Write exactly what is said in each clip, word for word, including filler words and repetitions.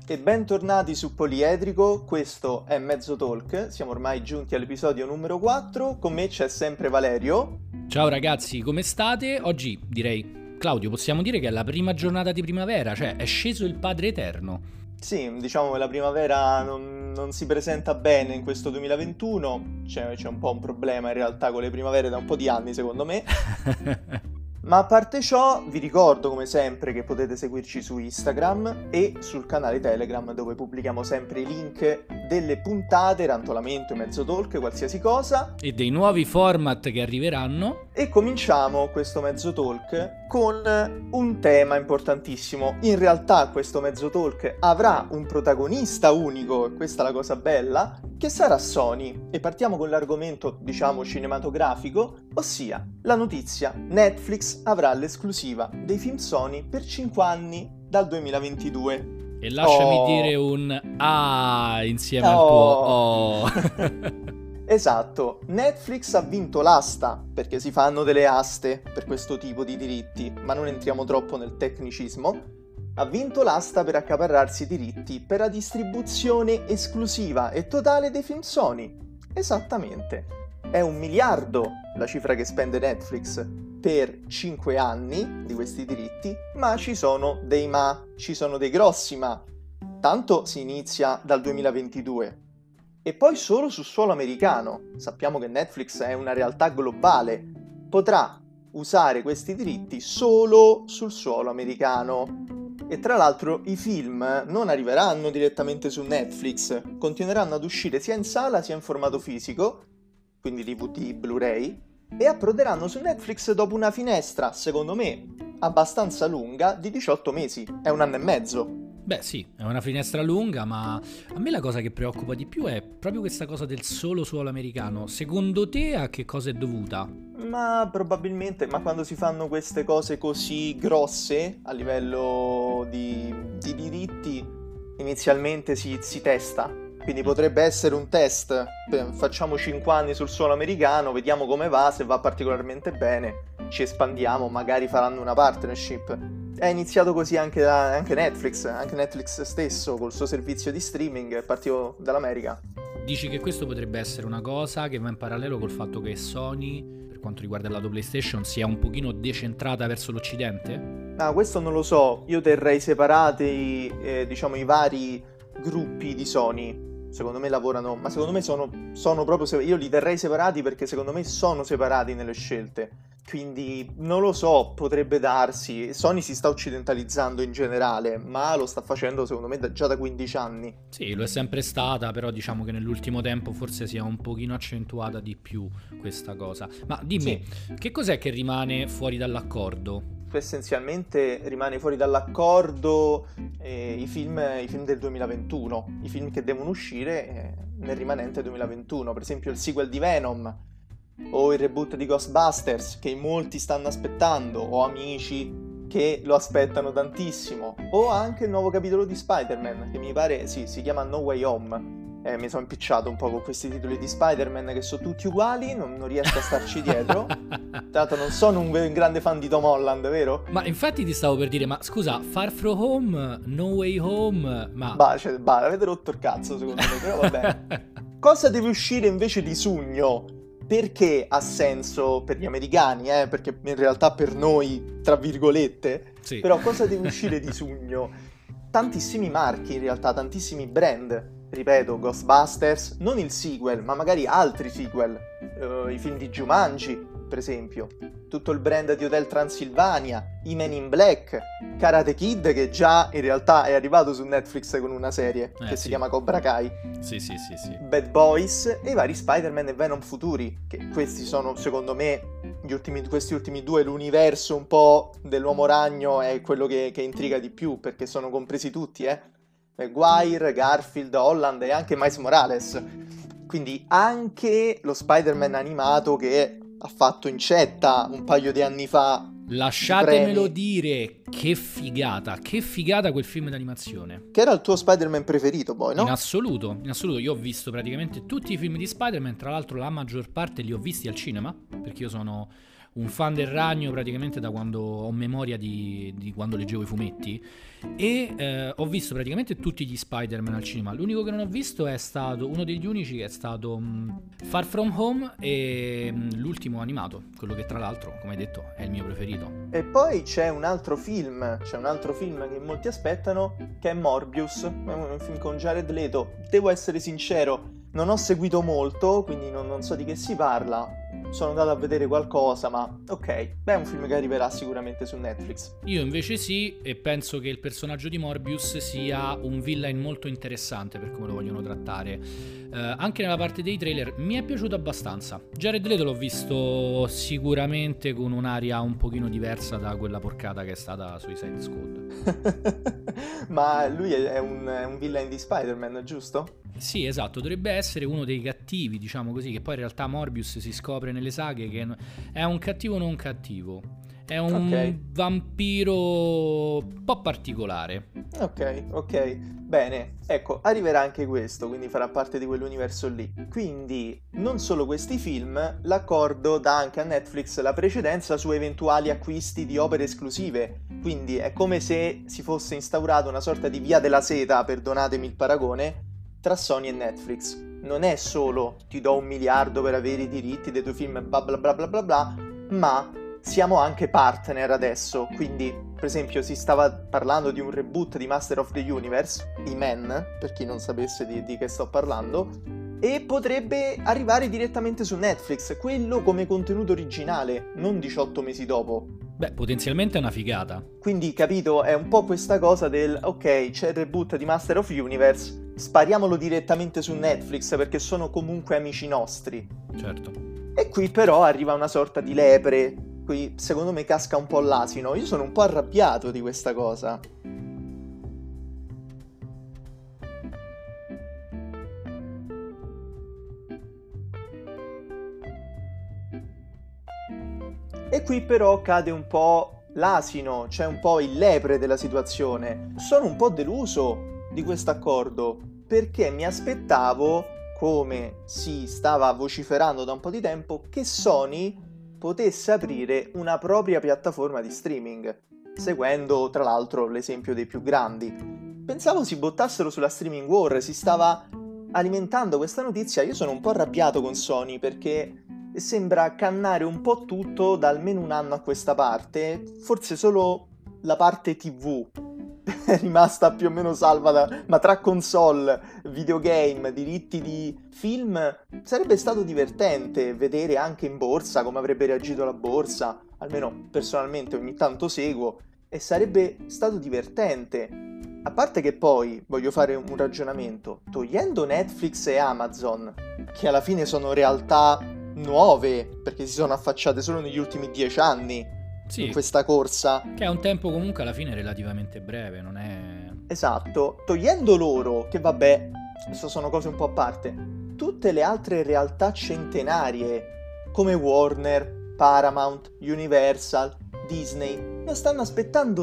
E bentornati su Poliedrico, questo è Mezzo Talk, siamo ormai giunti all'episodio numero quattro, con me c'è sempre Valerio. Ciao ragazzi, come state? Oggi direi, Claudio, possiamo dire che è la prima giornata di primavera, cioè è sceso il Padre Eterno. Sì, diciamo che la primavera non, non si presenta bene in questo duemilaventuno, c'è, c'è un po' un problema in realtà con le primavere da un po' di anni secondo me. Ma a parte ciò, vi ricordo come sempre che potete seguirci su Instagram e sul canale Telegram dove pubblichiamo sempre i link delle puntate, rantolamento, mezzo talk, qualsiasi cosa. E dei nuovi format che arriveranno. E cominciamo questo mezzo talk con un tema importantissimo. In realtà questo mezzo talk avrà un protagonista unico, e questa è la cosa bella, che sarà Sony. E partiamo con l'argomento, diciamo, cinematografico, ossia la notizia: Netflix avrà l'esclusiva dei film Sony per cinque anni dal duemilaventidue. E lasciami Oh. dire un ah insieme Oh. al tuo oh. Esatto, Netflix ha vinto l'asta, perché si fanno delle aste per questo tipo di diritti, ma non entriamo troppo nel tecnicismo. Ha vinto l'asta per accaparrarsi i diritti per la distribuzione esclusiva e totale dei film Sony. Esattamente. È un miliardo la cifra che spende Netflix per cinque anni di questi diritti, ma ci sono dei ma, ci sono dei grossi ma. Tanto si inizia dal duemilaventidue. E poi solo sul suolo americano. Sappiamo che Netflix è una realtà globale. Potrà usare questi diritti solo sul suolo americano. E tra l'altro i film non arriveranno direttamente su Netflix, continueranno ad uscire sia in sala sia in formato fisico, quindi D V D, Blu-ray, e approderanno su Netflix dopo una finestra, secondo me, abbastanza lunga, di diciotto mesi. È un anno e mezzo. Beh sì, è una finestra lunga, ma a me la cosa che preoccupa di più è proprio questa cosa del solo suolo americano. Secondo te a che cosa è dovuta? Ma probabilmente, ma quando si fanno queste cose così grosse a livello di, di diritti, inizialmente si, si testa. Quindi potrebbe essere un test. Facciamo cinque anni sul suolo americano, vediamo come va, se va particolarmente bene ci espandiamo, magari faranno una partnership. È iniziato così anche, da, anche Netflix, anche Netflix stesso col suo servizio di streaming è partito dall'America. Dici che questo potrebbe essere una cosa che va in parallelo col fatto che Sony, per quanto riguarda il lato PlayStation, sia un pochino decentrata verso l'Occidente? Ah, questo non lo so, io terrei separati, eh, diciamo, i vari gruppi di Sony. Secondo me lavorano, ma secondo me sono, sono proprio se- io li terrei separati perché secondo me sono separati nelle scelte. Quindi non lo so, potrebbe darsi. Sony si sta occidentalizzando in generale, ma lo sta facendo secondo me da- già da quindici anni. Sì, lo è sempre stata, però diciamo che nell'ultimo tempo forse si è un pochino accentuata di più questa cosa. Ma dimmi, che cos'è che rimane fuori dall'accordo? Essenzialmente rimane fuori dall'accordo eh, i film, i film del duemilaventuno, i film che devono uscire eh, nel rimanente duemilaventuno, per esempio il sequel di Venom o il reboot di Ghostbusters che in molti stanno aspettando, o amici che lo aspettano tantissimo, o anche il nuovo capitolo di Spider-Man che mi pare sì, si chiama No Way Home. Eh, mi sono impicciato un po' con questi titoli di Spider-Man che sono tutti uguali, non, non riesco a starci dietro. Tra l'altro non sono un ve- grande fan di Tom Holland, vero? Ma infatti ti stavo per dire, ma scusa, Far From Home, No Way Home, ma... Bah, cioè, bah, avete rotto il cazzo secondo me, però vabbè. Cosa deve uscire invece di Sugno? Perché ha senso per gli americani, eh? Perché in realtà per noi, tra virgolette, Sì. però cosa deve uscire di Sugno? Tantissimi marchi in realtà, tantissimi brand. Ripeto, Ghostbusters, non il sequel, ma magari altri sequel, uh, i film di Jumanji, per esempio, tutto il brand di Hotel Transilvania, i Men in Black, Karate Kid che già in realtà è arrivato su Netflix con una serie Eh, che sì. si chiama Cobra Kai, Sì, sì, sì, sì. Bad Boys e i vari Spider-Man e Venom futuri, che questi sono secondo me gli ultimi, questi ultimi due, l'universo un po' dell'Uomo Ragno è quello che, che intriga di più, perché sono compresi tutti, eh. Maguire, Garfield, Holland e anche Miles Morales. Quindi anche lo Spider-Man animato che ha fatto incetta un paio di anni fa. Lasciatemelo premi. dire, che figata, che figata quel film d'animazione. Che era il tuo Spider-Man preferito poi, no? In assoluto, in assoluto, io ho visto praticamente tutti i film di Spider-Man, tra l'altro la maggior parte li ho visti al cinema, perché io sono un fan del ragno praticamente da quando ho memoria di, di quando leggevo i fumetti, e eh, ho visto praticamente tutti gli Spider-Man al cinema. L'unico che non ho visto è stato, uno degli unici è stato um, Far From Home, e um, l'ultimo animato, quello che tra l'altro, come hai detto, è il mio preferito. E poi c'è un altro film, c'è un altro film che molti aspettano, che è Morbius, è un film con Jared Leto. Devo essere sincero, non ho seguito molto, quindi non, non so di che si parla. Sono andato a vedere qualcosa, ma ok, beh, è un film che arriverà sicuramente su Netflix. Io invece sì, e penso che il personaggio di Morbius sia un villain molto interessante per come lo vogliono trattare. Eh, anche nella parte dei trailer mi è piaciuto abbastanza. Jared Leto l'ho visto sicuramente con un'aria un pochino diversa da quella porcata che è stata Suicide Squad. Ma lui è un, è un villain di Spider-Man, giusto? Sì, esatto, dovrebbe essere uno dei cattivi, diciamo così, che poi in realtà Morbius si scopre nelle saghe che è un cattivo non cattivo. È un okay. vampiro un po' particolare. Ok, ok, bene. Ecco, arriverà anche questo, quindi farà parte di quell'universo lì. Quindi, non solo questi film, l'accordo dà anche a Netflix la precedenza su eventuali acquisti di opere esclusive. Quindi è come se si fosse instaurata una sorta di via della seta, perdonatemi il paragone, tra Sony e Netflix. Non è solo ti do un miliardo per avere i diritti dei tuoi film bla bla bla bla bla bla, ma siamo anche partner adesso. Quindi, per esempio, si stava parlando di un reboot di Master of the Universe, i Men, per chi non sapesse di, di che sto parlando, e potrebbe arrivare direttamente su Netflix, quello come contenuto originale, non diciotto mesi dopo. Beh, potenzialmente è una figata. Quindi, capito, è un po' questa cosa del ok, c'è il reboot di Master of Universe, spariamolo direttamente su Netflix perché sono comunque amici nostri. Certo. E qui però arriva una sorta di lepre, qui secondo me casca un po' l'asino. Io sono un po' arrabbiato di questa cosa. E qui però cade un po' l'asino, c'è un po' il lepre della situazione. Sono un po' deluso di questo accordo perché mi aspettavo, come si stava vociferando da un po' di tempo, che Sony potesse aprire una propria piattaforma di streaming, seguendo tra l'altro l'esempio dei più grandi. Pensavo si buttassero sulla streaming war, si stava alimentando questa notizia. Io sono un po' arrabbiato con Sony perché sembra cannare un po' tutto da almeno un anno a questa parte, forse solo la parte tivù è rimasta più o meno salva da... ma tra console, videogame, diritti di film, sarebbe stato divertente vedere anche in borsa come avrebbe reagito la borsa, almeno personalmente ogni tanto seguo, e sarebbe stato divertente. A parte che poi voglio fare un ragionamento, togliendo Netflix e Amazon, che alla fine sono realtà nuove, perché si sono affacciate solo negli ultimi dieci anni, sì, in questa corsa, che è un tempo comunque alla fine relativamente breve, non è... Esatto, togliendo loro, che vabbè, adesso sono cose un po' a parte, tutte le altre realtà centenarie, come Warner, Paramount, Universal, Disney, non stanno aspettando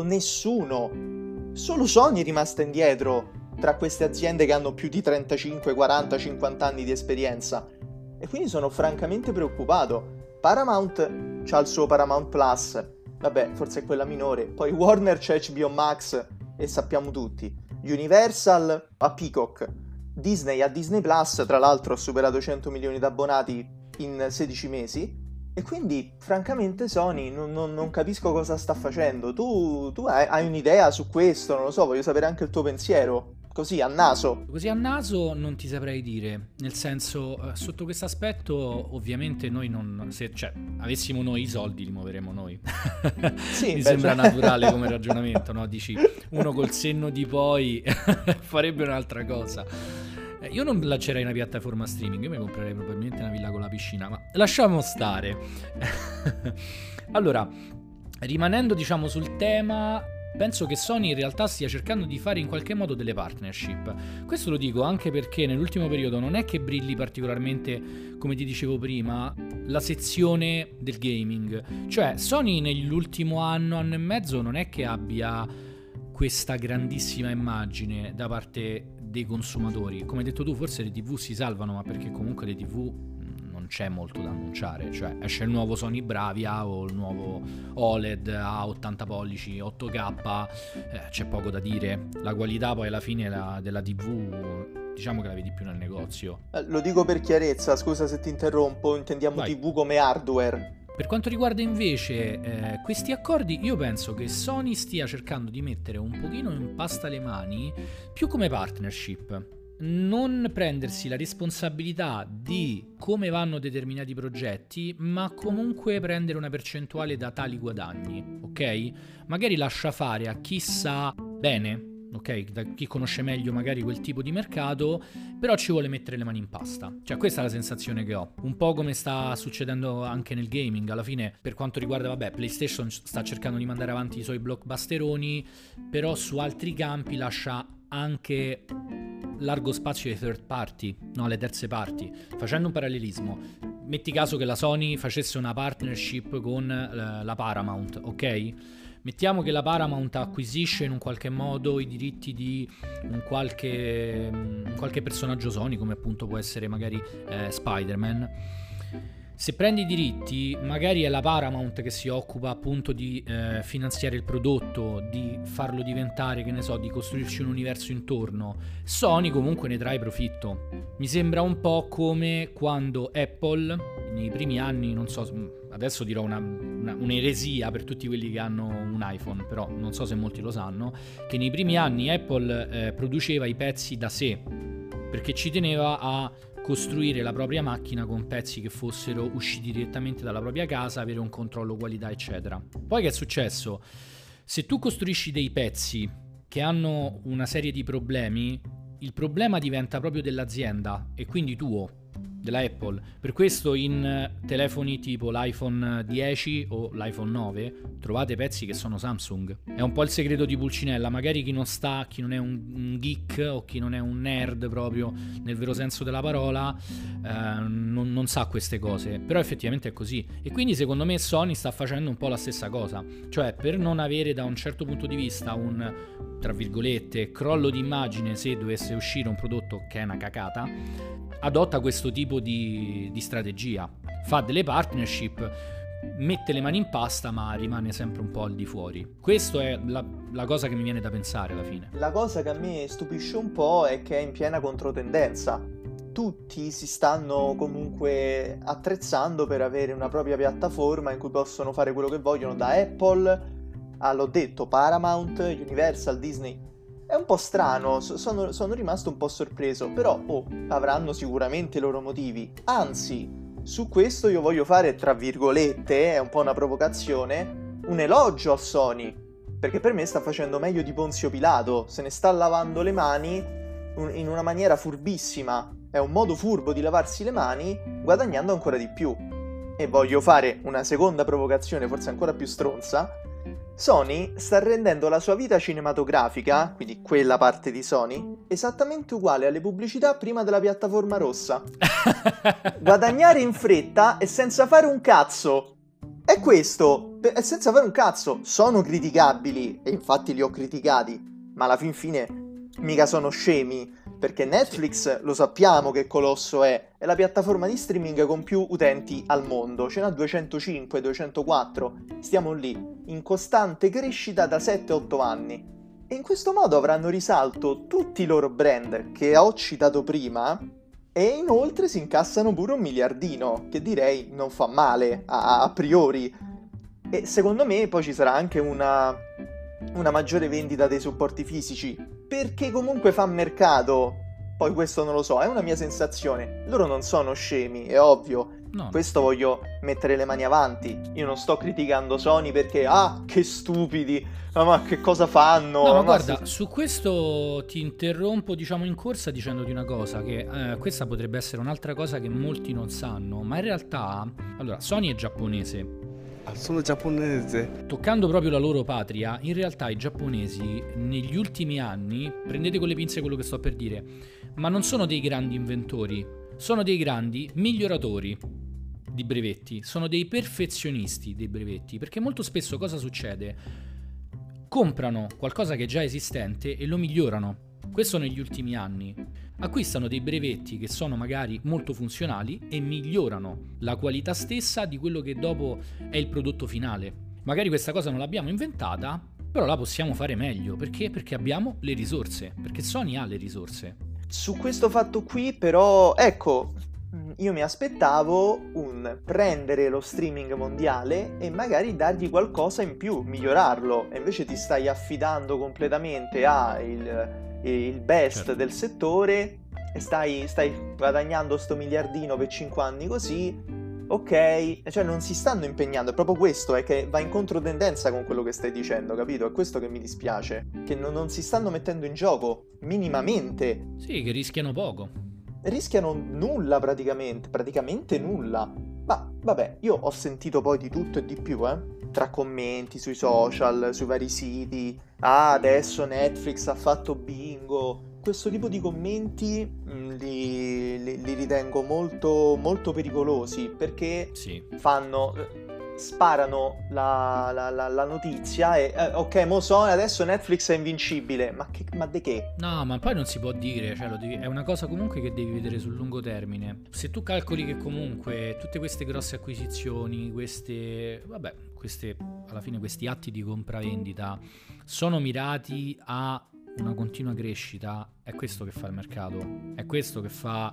nessuno. Solo Sony è rimasta indietro tra queste aziende che hanno più di trentacinque, quaranta, cinquanta anni di esperienza. E quindi sono francamente preoccupato. Paramount c'ha il suo Paramount Plus, vabbè, forse è quella minore. Poi Warner c'è H B O Max e sappiamo tutti. Universal a Peacock. Disney a Disney Plus, tra l'altro ha superato cento milioni di abbonati in sedici mesi. E quindi, francamente, Sony non, non, non capisco cosa sta facendo. Tu, tu hai, hai un'idea su questo? Non lo so, voglio sapere anche il tuo pensiero. Così, a naso. Così a naso non ti saprei dire. Nel senso, eh, sotto questo aspetto, ovviamente noi non... Se, cioè, avessimo noi i soldi, li muoveremo noi. Sì, mi beh, sembra cioè... naturale come ragionamento, no? Dici, uno col senno di poi farebbe un'altra cosa. Eh, io non lancerei una piattaforma streaming, io mi comprerei probabilmente una villa con la piscina, ma lasciamo stare. Allora, rimanendo diciamo sul tema... Penso che Sony in realtà stia cercando di fare in qualche modo delle partnership. Questo lo dico anche perché nell'ultimo periodo non è che brilli particolarmente, come ti dicevo prima, la sezione del gaming. Cioè, Sony nell'ultimo anno, anno e mezzo non è che abbia questa grandissima immagine da parte dei consumatori. Come hai detto tu, forse le tivù si salvano, ma perché comunque le tivù non non c'è molto da annunciare, cioè esce il nuovo Sony Bravia o il nuovo O L E D a ottanta pollici, otto K, eh, c'è poco da dire. La qualità poi alla fine la, della tivù, diciamo che la vedi più nel negozio. Eh, lo dico per chiarezza, scusa se ti interrompo, intendiamo Vai. tivù come hardware. Per quanto riguarda invece eh, questi accordi, io penso che Sony stia cercando di mettere un pochino in pasta le mani più come partnership. Non prendersi la responsabilità di come vanno determinati progetti, ma comunque prendere una percentuale da tali guadagni, ok? Magari lascia fare a chi sa bene, ok, da chi conosce meglio magari quel tipo di mercato, però ci vuole mettere le mani in pasta. Cioè questa è la sensazione che ho, un po' come sta succedendo anche nel gaming. Alla fine, per quanto riguarda, vabbè, PlayStation sta cercando di mandare avanti i suoi blockbusteroni, però su altri campi lascia anche largo spazio ai third party, no, alle terze parti. Facendo un parallelismo, metti caso che la Sony facesse una partnership con la, la Paramount, ok? Mettiamo che la Paramount acquisisce in un qualche modo i diritti di un qualche, un qualche personaggio Sony, come appunto può essere magari eh, Spider-Man. Se prendi i diritti, magari è la Paramount che si occupa appunto di eh, finanziare il prodotto, di farlo diventare, che ne so, di costruirci un universo intorno. Sony comunque ne trae profitto. Mi sembra un po' come quando Apple, nei primi anni, non so, adesso dirò una, una, un'eresia per tutti quelli che hanno un iPhone, però non so se molti lo sanno, che nei primi anni Apple eh, produceva i pezzi da sé, perché ci teneva a costruire la propria macchina con pezzi che fossero usciti direttamente dalla propria casa, avere un controllo qualità eccetera. Poi che è successo? Se tu costruisci dei pezzi che hanno una serie di problemi, il problema diventa proprio dell'azienda e quindi tuo, della Apple. Per questo in telefoni tipo l'iPhone dieci o l'iPhone nove trovate pezzi che sono Samsung. È un po' il segreto di Pulcinella. Magari chi non sta, chi non è un, un geek o chi non è un nerd proprio nel vero senso della parola, eh, non, non sa queste cose, però effettivamente è così. E quindi secondo me Sony sta facendo un po' la stessa cosa, cioè per non avere da un certo punto di vista un, tra virgolette, crollo di immagine se dovesse uscire un prodotto che è una cacata, adotta questo tipo di, di strategia, fa delle partnership, mette le mani in pasta ma rimane sempre un po' al di fuori. Questa è la, la cosa che mi viene da pensare alla fine. La cosa che a me stupisce un po' è che è in piena controtendenza. Tutti si stanno comunque attrezzando per avere una propria piattaforma in cui possono fare quello che vogliono, da Apple a, l'ho detto, Paramount, Universal, Disney. È un po' strano, sono, sono rimasto un po' sorpreso, però oh, avranno sicuramente i loro motivi. Anzi, su questo io voglio fare, tra virgolette, è un po' una provocazione, un elogio a Sony, perché per me sta facendo meglio di Ponzio Pilato, se ne sta lavando le mani in una maniera furbissima, è un modo furbo di lavarsi le mani, guadagnando ancora di più. E voglio fare una seconda provocazione, forse ancora più stronza. Sony sta rendendo la sua vita cinematografica, quindi quella parte di Sony, esattamente uguale alle pubblicità prima della piattaforma rossa. Guadagnare in fretta e senza fare un cazzo. È questo, e senza fare un cazzo. Sono criticabili, e infatti li ho criticati, ma alla fin fine mica sono scemi, perché Netflix lo sappiamo che colosso è, è la piattaforma di streaming con più utenti al mondo, ce n'ha duecentocinque, duecentoquattro, stiamo lì, in costante crescita da sette otto anni. E in questo modo avranno risalto tutti i loro brand che ho citato prima, e inoltre si incassano pure un miliardino, che direi non fa male a, a priori. E secondo me poi ci sarà anche una, una maggiore vendita dei supporti fisici, perché comunque fa mercato. Poi questo non lo so, è una mia sensazione. Loro non sono scemi, è ovvio. No. Questo voglio mettere le mani avanti. Io non sto criticando Sony perché, ah, che stupidi, ah, ma che cosa fanno? No, ma ma guarda, si... su questo ti interrompo, diciamo, in corsa dicendoti una cosa, che eh, questa potrebbe essere un'altra cosa che molti non sanno, ma in realtà, allora, Sony è giapponese. Sono giapponese. Toccando proprio la loro patria, in realtà i giapponesi negli ultimi anni, prendete con le pinze quello che sto per dire, ma non sono dei grandi inventori, sono dei grandi miglioratori di brevetti, sono dei perfezionisti dei brevetti, perché molto spesso cosa succede? Comprano qualcosa che è già esistente e lo migliorano. questo negli ultimi anni, acquistano dei brevetti che sono magari molto funzionali e migliorano la qualità stessa di quello che dopo è il prodotto finale. Magari questa cosa non l'abbiamo inventata, però la possiamo fare meglio. Perché? Perché abbiamo le risorse, perché Sony ha le risorse. Su questo fatto qui però, ecco, io mi aspettavo un prendere lo streaming mondiale e magari dargli qualcosa in più, migliorarlo, e invece ti stai affidando completamente a il, il best Certo. del settore e stai, stai guadagnando sto miliardino per cinque anni così, ok, cioè non si stanno impegnando, è proprio questo, è che va in controtendenza con quello che stai dicendo, capito? È questo che mi dispiace, che non, non si stanno mettendo in gioco minimamente. Sì, che rischiano poco. Rischiano nulla praticamente, praticamente nulla. Ma vabbè, io ho sentito poi di tutto e di più, eh. Tra commenti sui social, sui vari siti. Ah, adesso Netflix ha fatto bingo. Questo tipo di commenti mh, li, li- li ritengo molto, molto pericolosi perché Sì. fanno, sparano la, la- la- la notizia e eh, ok, mo so, adesso Netflix è invincibile. Ma che, ma de che? No, ma poi non si può dire, cioè lo devi- è una cosa comunque che devi vedere sul lungo termine. Se tu calcoli che comunque tutte queste grosse acquisizioni, queste, vabbè, queste, alla fine questi atti di compravendita sono mirati a una continua crescita, è questo che fa il mercato, è questo che fa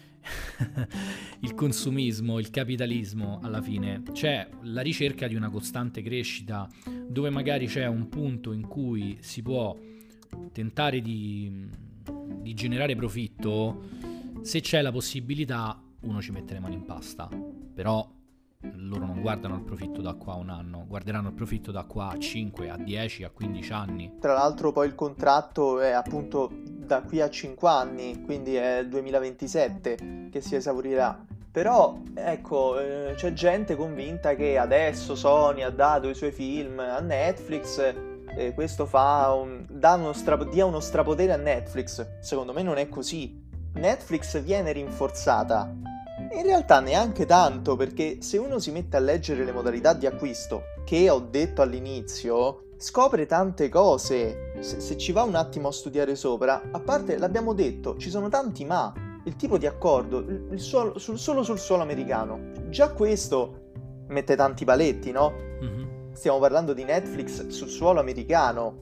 il consumismo, il capitalismo alla fine. C'è la ricerca di una costante crescita dove magari c'è un punto in cui si può tentare di, di generare profitto. Se c'è la possibilità uno ci mette le mani in pasta, però loro non guardano il profitto da qua a un anno, guarderanno il profitto da qua a cinque, a dieci, a quindici anni. Tra l'altro poi il contratto è appunto da qui a cinque anni, quindi è il duemilaventisette che si esaurirà. Però ecco, eh, c'è gente convinta che adesso Sony ha dato i suoi film a Netflix e questo fa un, dà uno stra- dia uno strapotere a Netflix. Secondo me non è così. Netflix viene rinforzata. In realtà neanche tanto, perché se uno si mette a leggere le modalità di acquisto, che ho detto all'inizio, scopre tante cose. Se, se ci va un attimo a studiare sopra, a parte, l'abbiamo detto, ci sono tanti ma. Il tipo di accordo, il, il suolo- sul- solo sul suolo americano. Già questo mette tanti paletti, no? Mhm. Stiamo parlando di Netflix sul suolo americano.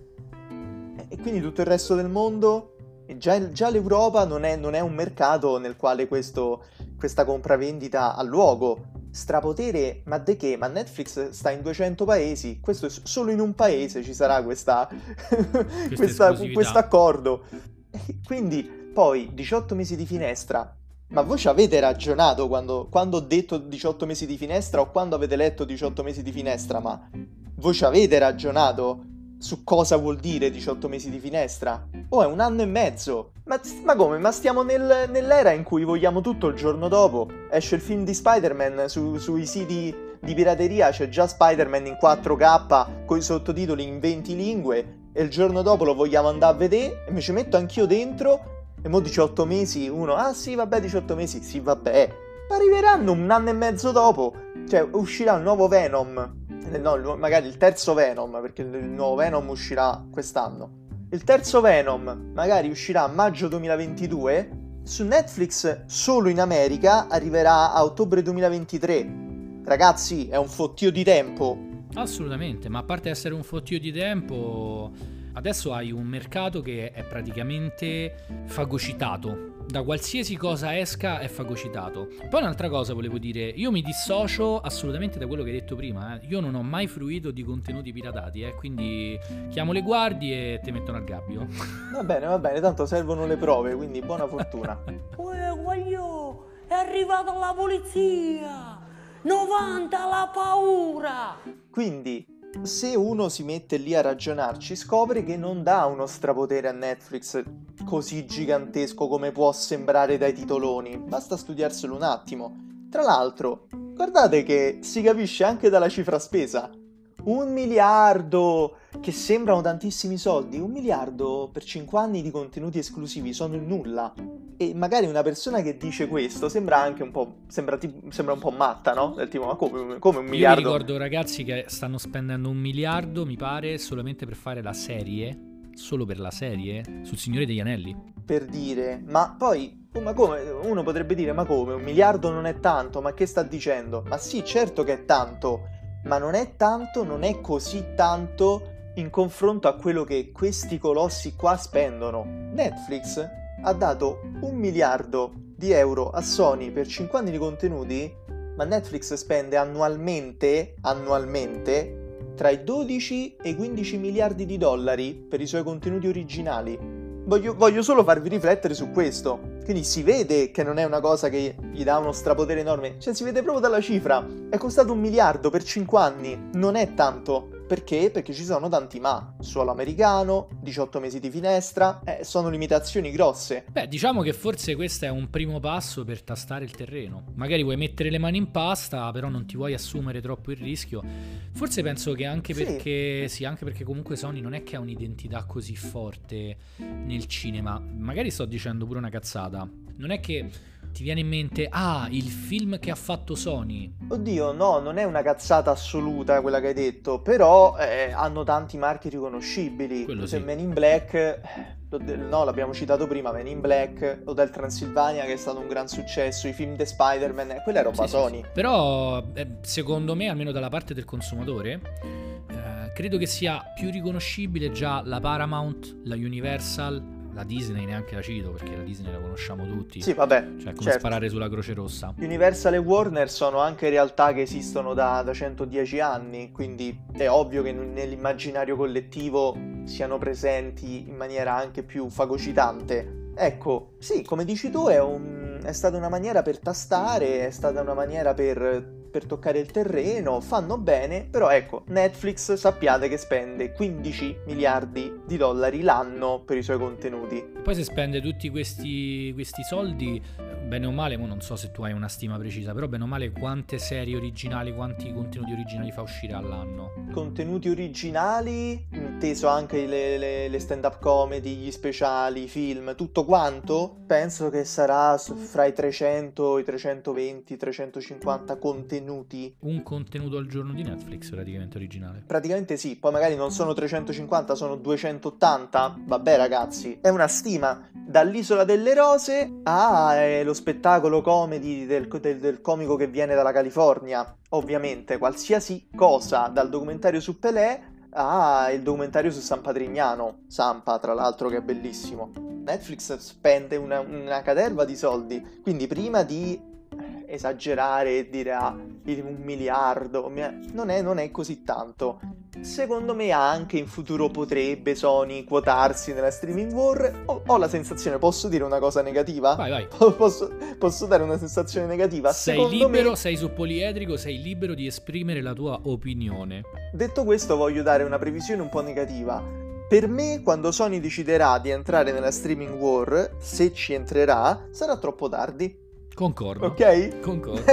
E, e quindi tutto il resto del mondo... E già, già l'Europa non è, non è un mercato nel quale questo, questa compravendita ha luogo. Strapotere, ma de che? Ma Netflix sta in duecento paesi, questo è s- solo in un paese ci sarà questa, questa, esclusività. questo accordo. E quindi poi diciotto mesi di finestra. Ma voi ci avete ragionato quando, quando ho detto diciotto mesi di finestra o quando avete letto diciotto mesi di finestra? Ma voi ci avete ragionato su cosa vuol dire diciotto mesi di finestra? Oh, è un anno e mezzo. Ma, ma come? Ma stiamo nel- nell'era in cui vogliamo tutto il giorno dopo. Esce il film di Spider-Man su- sui siti di pirateria, c'è già Spider-Man in quattro K con i sottotitoli in venti lingue e il giorno dopo lo vogliamo andare a vedere e mi ci metto anch'io dentro e mo diciotto mesi uno, ah sì vabbè diciotto mesi, sì vabbè. Ma arriveranno un anno e mezzo dopo, cioè uscirà un nuovo Venom. No, il- magari il terzo Venom, perché il il nuovo Venom uscirà quest'anno. Il terzo Venom magari uscirà a maggio duemilaventidue. Su Netflix, solo in America, arriverà a ottobre duemilaventitré. Ragazzi, è un fottio di tempo. Assolutamente, ma a parte essere un fottio di tempo, adesso hai un mercato che è praticamente fagocitato. Da qualsiasi cosa esca è fagocitato. Poi un'altra cosa volevo dire, io mi dissocio assolutamente da quello che hai detto prima, eh. Io non ho mai fruito di contenuti piratati, eh, quindi chiamo le guardie e ti mettono al gabbio. Va bene, va bene, tanto servono le prove, quindi buona fortuna. Uè, guagliò, è arrivata la polizia! novanta la paura! Quindi, se uno si mette lì a ragionarci, scopre che non dà uno strapotere a Netflix così gigantesco come può sembrare dai titoloni. Basta studiarselo un attimo. Tra l'altro, guardate che si capisce anche dalla cifra spesa. Un miliardo, che sembrano tantissimi soldi, un miliardo per cinque anni di contenuti esclusivi sono il nulla. E magari una persona che dice questo sembra anche un po', sembra, tipo- sembra un po' matta, no? Del tipo, ma come, come un Io vi miliardo? ricordo ragazzi che stanno spendendo un miliardo, mi pare, solamente per fare la serie solo per la serie sul Signore degli Anelli. Per dire, ma poi, oh, ma come, uno potrebbe dire, ma come, un miliardo non è tanto, ma che sta dicendo? Ma sì, certo che è tanto, ma non è tanto, non è così tanto in confronto a quello che questi colossi qua spendono. Netflix ha dato un miliardo di euro a Sony per cinque anni di contenuti, ma Netflix spende annualmente, annualmente, tra i dodici e i quindici miliardi di dollari per i suoi contenuti originali. Voglio, voglio solo farvi riflettere su questo. Quindi si vede che non è una cosa che gli dà uno strapotere enorme. Cioè si vede proprio dalla cifra. È costato un miliardo per cinque anni. Non è tanto. Perché? Perché ci sono tanti ma. Suolo americano, diciotto mesi di finestra, eh, sono limitazioni grosse. Beh, diciamo che forse questo è un primo passo per tastare il terreno. Magari vuoi mettere le mani in pasta, però non ti vuoi assumere troppo il rischio. Forse penso che anche Sì. perché sì, anche perché comunque Sony non è che ha un'identità così forte nel cinema. Magari sto dicendo pure una cazzata. Non è che ti viene in mente, ah, il film che ha fatto Sony. Oddio, no, non è una cazzata assoluta quella che hai detto, però eh, hanno tanti marchi riconoscibili. Quello Se sì. Men in Black, eh, lo de- no, l'abbiamo citato prima, Men in Black, Hotel Transilvania che è stato un gran successo, i film di Spider-Man, eh, quella è roba Sì, sì, Sony. sì. Però eh, secondo me, almeno dalla parte del consumatore, eh, credo che sia più riconoscibile già la Paramount, la Universal, la Disney neanche la cito perché la Disney la conosciamo tutti. Sì, vabbè, Cioè, come certo. sparare sulla Croce Rossa. Universal e Warner sono anche realtà che esistono da, da centodieci anni, quindi è ovvio che nell'immaginario collettivo siano presenti in maniera anche più fagocitante. Ecco, sì, come dici tu, è, un, è stata una maniera per tastare, è stata una maniera per, per toccare il terreno, fanno bene, però ecco, Netflix sappiate che spende quindici miliardi di dollari l'anno per i suoi contenuti. Poi se spende tutti questi, questi soldi, bene o male, mo non so se tu hai una stima precisa, però bene o male quante serie originali, quanti contenuti originali fa uscire all'anno? Contenuti originali, inteso anche le, le, le stand-up comedy, gli speciali, i film, tutto quanto, penso che sarà su- fra i trecento, i trecentoventi, trecentocinquanta contenuti. Un contenuto al giorno di Netflix praticamente originale. Praticamente sì, poi magari non sono trecentocinquanta, sono duecentottanta. Vabbè ragazzi, è una stima. Dall'Isola delle Rose a eh, lo spettacolo comedy del, del, del comico che viene dalla California. Ovviamente, qualsiasi cosa, dal documentario su Pelé a il documentario su San Patrignano. Sampa, tra l'altro, che è bellissimo. Netflix spende una, una caterva di soldi, quindi prima di esagerare e dire ah, un miliardo, non è, non è così tanto. Secondo me anche in futuro potrebbe Sony quotarsi nella streaming war. Ho, ho la sensazione, posso dire una cosa negativa? Vai, vai. Posso, posso dare una sensazione negativa? Sei Secondo libero, me, sei su poliedrico, sei libero di esprimere la tua opinione. detto questo, voglio dare una previsione un po' negativa. Per me, quando Sony deciderà di entrare nella streaming war, se ci entrerà, sarà troppo tardi. Concordo. Ok? Concordo.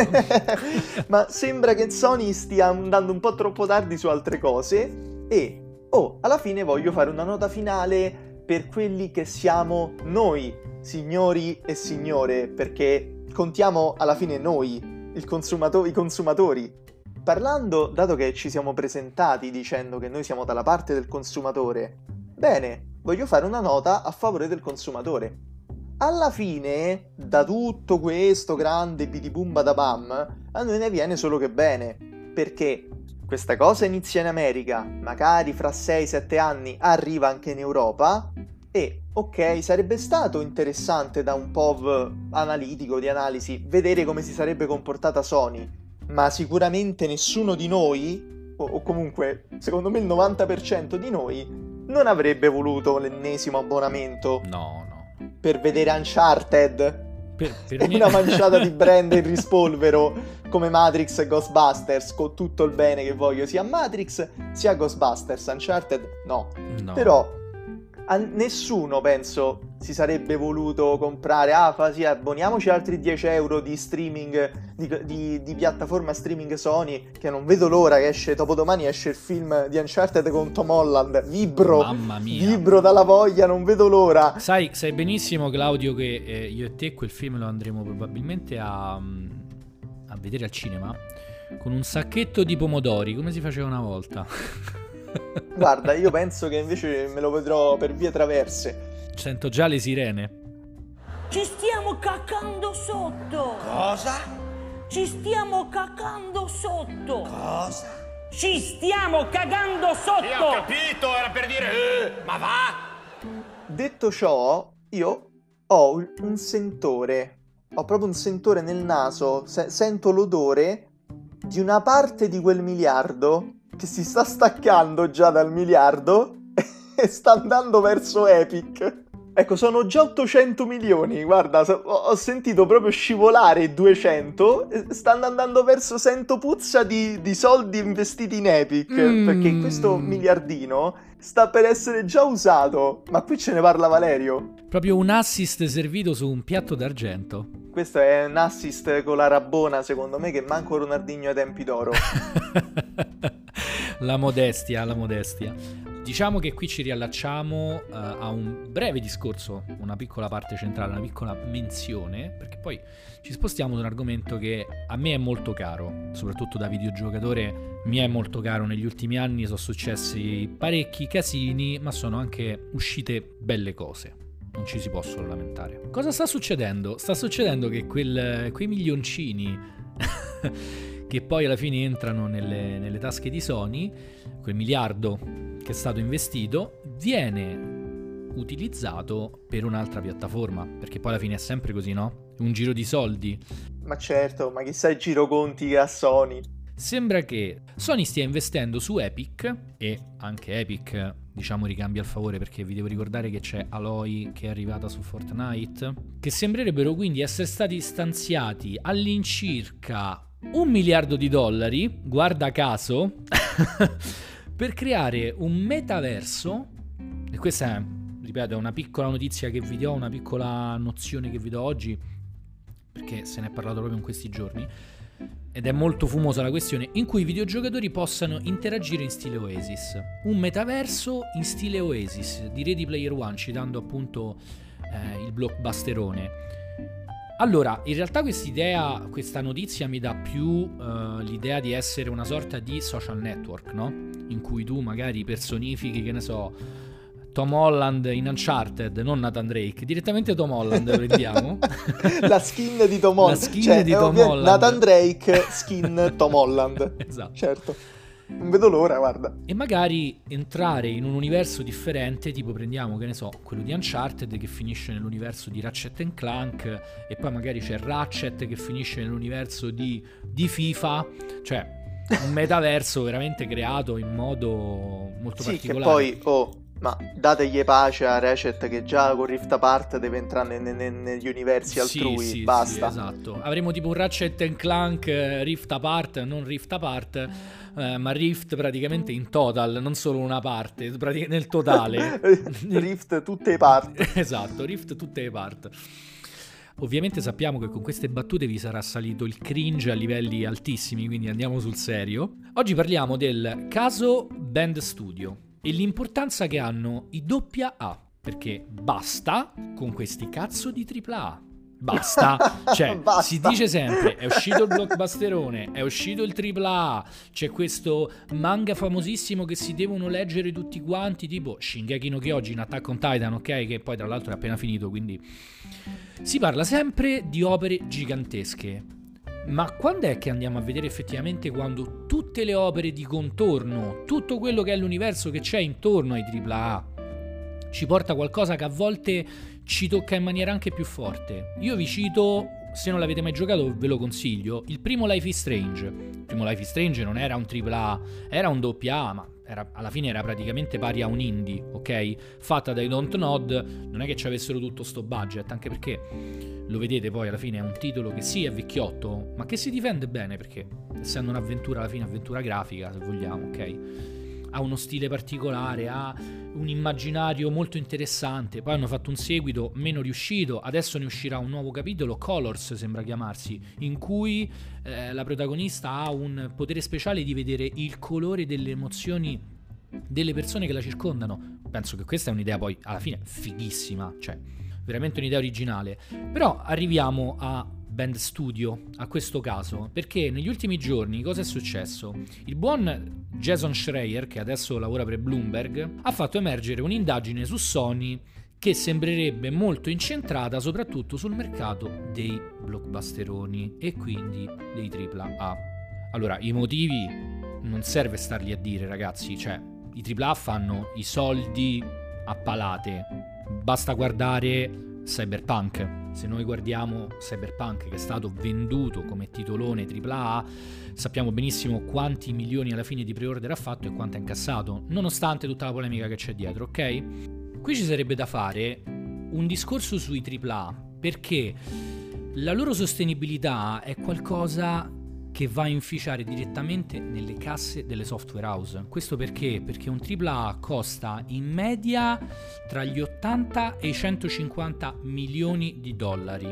Ma sembra che Sony stia andando un po' troppo tardi su altre cose e, oh, alla fine voglio fare una nota finale per quelli che siamo noi, signori e signore, perché contiamo alla fine noi, il consumato- i consumatori. Parlando, dato che ci siamo presentati dicendo che noi siamo dalla parte del consumatore, bene, voglio fare una nota a favore del consumatore. Alla fine, da tutto questo grande bidibum badabam, a noi ne viene solo che bene, perché questa cosa inizia in America, magari fra sei sette anni arriva anche in Europa, e ok, sarebbe stato interessante da un P O V analitico, di analisi, vedere come si sarebbe comportata Sony, ma sicuramente nessuno di noi, o, o comunque secondo me il novanta per cento di noi, non avrebbe voluto l'ennesimo abbonamento No, no. per vedere Uncharted. Per, per È me- una manciata di brand in rispolvero come Matrix e Ghostbusters, con tutto il bene che voglio sia a Matrix sia a Ghostbusters. Uncharted no. No. Però a nessuno, penso, si sarebbe voluto comprare, ah, fa sì, abboniamoci altri dieci euro di streaming, di, di, di piattaforma streaming Sony, che non vedo l'ora che esce, dopodomani esce il film di Uncharted con Tom Holland, vibro, Mamma mia. vibro dalla voglia, non vedo l'ora. Sai, sai benissimo, Claudio, che eh, io e te quel film lo andremo probabilmente a, a vedere al cinema con un sacchetto di pomodori, come si faceva una volta. Guarda, io penso che invece me lo vedrò per vie traverse. Sento già le sirene. Ci stiamo cacando sotto! Cosa? Ci stiamo cacando sotto! Cosa? Ci stiamo cagando sotto! Io ho capito, era per dire eh, ma va! Detto ciò, io ho un- un sentore, ho proprio un sentore nel naso, se- sento l'odore di una parte di quel miliardo che si sta staccando già dal miliardo e sta andando verso Epic. Ecco, sono già ottocento milioni, guarda, so- ho ho sentito proprio scivolare duecento, e stanno andando verso, sento puzza di, di soldi investiti in Epic, Mm. perché questo miliardino sta per essere già usato, ma qui ce ne parla Valerio. Proprio un assist servito su un piatto d'argento. Questo è un assist con la Rabona, secondo me, che manco Ronaldinho ai tempi d'oro. La modestia, la modestia. Diciamo che qui ci riallacciamo uh, a un breve discorso, una piccola parte centrale, una piccola menzione, perché poi ci spostiamo da un argomento che a me è molto caro, soprattutto da videogiocatore mi è molto caro. Negli ultimi anni sono successi parecchi casini, ma sono anche uscite belle cose. Non ci si possono lamentare. Cosa sta succedendo? Sta succedendo che quel, quei milioncini che poi alla fine entrano nelle, nelle tasche di Sony, quel miliardo che è stato investito, viene utilizzato per un'altra piattaforma, perché poi alla fine è sempre così, no? Un giro di soldi. Ma certo, ma chissà il giroconti che ha Sony. Sembra che Sony stia investendo su Epic, e anche Epic, diciamo, ricambia il favore, perché vi devo ricordare che c'è Aloy che è arrivata su Fortnite, che sembrerebbero quindi essere stati stanziati all'incirca un miliardo di dollari, guarda caso, per creare un metaverso. E questa è, ripeto, è una piccola notizia che vi do, una piccola nozione che vi do oggi, perché se ne è parlato proprio in questi giorni, ed è molto fumosa la questione, in cui i videogiocatori possano interagire in stile Oasis. Un metaverso in stile Oasis di Ready Player One, citando appunto eh, il blockbusterone. Allora, in realtà quest'idea, questa notizia mi dà più eh, l'idea di essere una sorta di social network, no? In cui tu magari personifichi, che ne so, Tom Holland in Uncharted, non Nathan Drake, direttamente Tom Holland prendiamo. La skin di Tom Holland. La skin cioè, di è Tom ovvio- Holland. Nathan Drake, skin Tom Holland. Esatto. Certo. Non vedo l'ora, guarda. E magari entrare in un universo differente, tipo prendiamo, che ne so, quello di Uncharted che finisce nell'universo di Ratchet and Clank, e poi magari c'è Ratchet che finisce nell'universo di, di FIFA, cioè un metaverso veramente creato in modo molto Sì, che particolare. poi, oh, ma dategli pace a Ratchet che già con Rift Apart deve entrare ne- ne- negli universi altrui, sì, sì, basta. sì, esatto. Avremo tipo un Ratchet and Clank eh, Rift Apart, non Rift Apart, eh, ma Rift praticamente in total, non solo una parte, pratic- nel totale. Rift tutte le parti. Esatto, Rift tutte le parti. Ovviamente sappiamo che con queste battute vi sarà salito il cringe a livelli altissimi, quindi andiamo sul serio. Oggi parliamo del caso Band Studio e l'importanza che hanno i doppia A, perché basta con questi cazzo di tripla A. Basta, cioè Basta. si dice sempre è uscito il blockbusterone, è uscito il tripla A, c'è questo manga famosissimo che si devono leggere tutti quanti, tipo Shingeki no Kyojin, in Attack on Titan, ok, che poi tra l'altro è appena finito, quindi si parla sempre di opere gigantesche. Ma quando è che andiamo a vedere effettivamente quando tutte le opere di contorno, tutto quello che è l'universo che c'è intorno ai tripla A, ci porta qualcosa che a volte ci tocca in maniera anche più forte? Io vi cito, se non l'avete mai giocato ve lo consiglio, il primo Life is Strange. Il primo Life is Strange non era un tripla A, era un doppia A, ma era, alla fine era praticamente pari a un indie, ok? Fatta dai Dontnod, non è che ci avessero tutto sto budget, anche perché lo vedete poi alla fine è un titolo che sì è vecchiotto, ma che si difende bene, perché essendo un'avventura, alla fine avventura grafica, se vogliamo, ok? Ha uno stile particolare, ha un immaginario molto interessante. Poi hanno fatto un seguito meno riuscito, adesso ne uscirà un nuovo capitolo, Colors sembra chiamarsi, in cui eh, la protagonista ha un potere speciale di vedere il colore delle emozioni delle persone che la circondano. Penso che questa è un'idea poi alla fine fighissima, cioè veramente un'idea originale. Però arriviamo a Band Studio a questo caso, perché negli ultimi giorni cosa è successo? Il buon Jason Schreier, che adesso lavora per Bloomberg, ha fatto emergere un'indagine su Sony che sembrerebbe molto incentrata soprattutto sul mercato dei blockbusteroni e quindi dei tripla A. Allora, i motivi non serve starli a dire, ragazzi, cioè i tripla A fanno i soldi a palate, basta guardare Cyberpunk. Se noi guardiamo Cyberpunk, che è stato venduto come titolone tripla A, sappiamo benissimo quanti milioni alla fine di pre-order ha fatto e quanto ha incassato, nonostante tutta la polemica che c'è dietro, ok? Qui ci sarebbe da fare un discorso sui tripla A, perché la loro sostenibilità è qualcosa che va a inficiare direttamente nelle casse delle software house. Questo perché? Perché un tripla A costa in media tra gli ottanta e i centocinquanta milioni di dollari.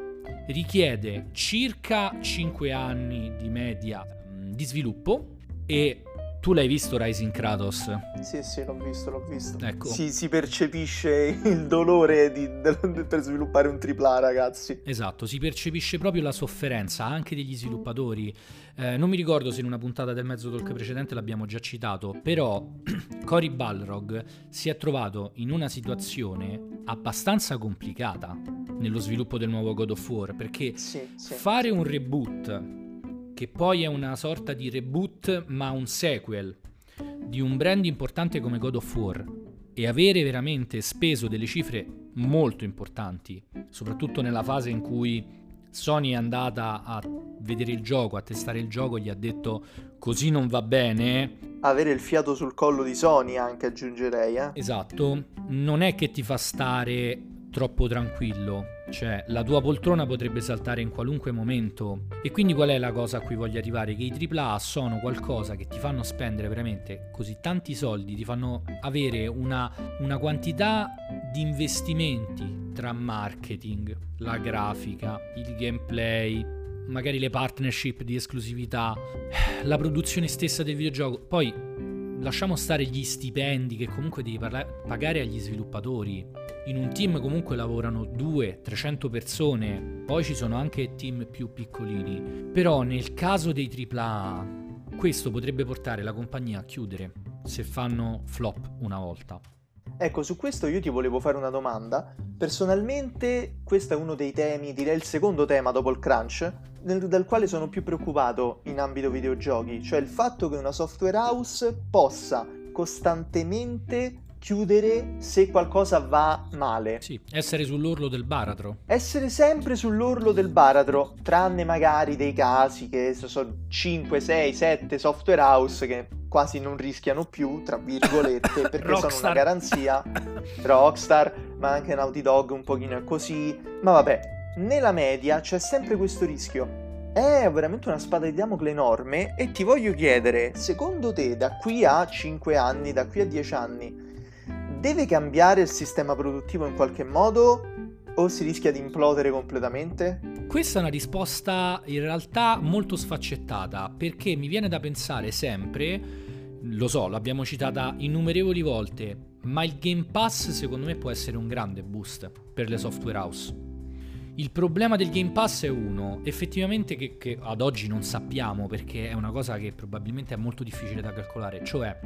Richiede circa cinque anni di media mh, di sviluppo. E tu l'hai visto Rising Kratos? Sì, sì, l'ho visto, l'ho visto. Ecco. Si, si percepisce il dolore di, de, per sviluppare un tripla A, ragazzi. Esatto, si percepisce proprio la sofferenza anche degli sviluppatori. Eh, non mi ricordo se in una puntata del Mezzo Talk precedente l'abbiamo già citato, però Cory Balrog si è trovato in una situazione abbastanza complicata nello sviluppo del nuovo God of War, perché Sì, sì. fare un reboot, che poi è una sorta di reboot ma un sequel di un brand importante come God of War, e avere veramente speso delle cifre molto importanti, soprattutto nella fase in cui Sony è andata a vedere il gioco, a testare il gioco, gli ha detto così non va bene. Avere il fiato sul collo di Sony, anche aggiungerei, eh. Esatto, non è che ti fa stare troppo tranquillo, cioè la tua poltrona potrebbe saltare in qualunque momento. E quindi qual è la cosa a cui voglio arrivare? Che i tripla A sono qualcosa che ti fanno spendere veramente così tanti soldi, ti fanno avere una, una quantità di investimenti tra marketing, la grafica, il gameplay, magari le partnership di esclusività, la produzione stessa del videogioco. Poi lasciamo stare gli stipendi che comunque devi parla- pagare agli sviluppatori. In un team comunque lavorano duecento trecento persone, poi ci sono anche team più piccolini. Però nel caso dei tripla A questo potrebbe portare la compagnia a chiudere se fanno flop una volta. Ecco, su questo io ti volevo fare una domanda. Personalmente questo è uno dei temi, direi il secondo tema dopo il crunch, nel, del quale sono più preoccupato in ambito videogiochi, cioè il fatto che una software house possa costantemente chiudere se qualcosa va male. Sì, essere sull'orlo del baratro. Essere sempre sull'orlo del baratro, tranne magari dei casi che sono cinque, sei, sette software house che quasi non rischiano più, tra virgolette, perché sono una garanzia. Rockstar, ma anche Naughty Dog un pochino è così. Ma vabbè, nella media c'è sempre questo rischio. È veramente una spada di Damocle enorme e ti voglio chiedere, secondo te da qui a cinque anni, da qui a dieci anni, deve cambiare il sistema produttivo in qualche modo o si rischia di implodere completamente? Questa è una risposta in realtà molto sfaccettata, perché mi viene da pensare sempre, lo so, l'abbiamo citata innumerevoli volte, ma il Game Pass secondo me può essere un grande boost per le software house. Il problema del Game Pass è uno, effettivamente che, che ad oggi non sappiamo, perché è una cosa che probabilmente è molto difficile da calcolare, cioè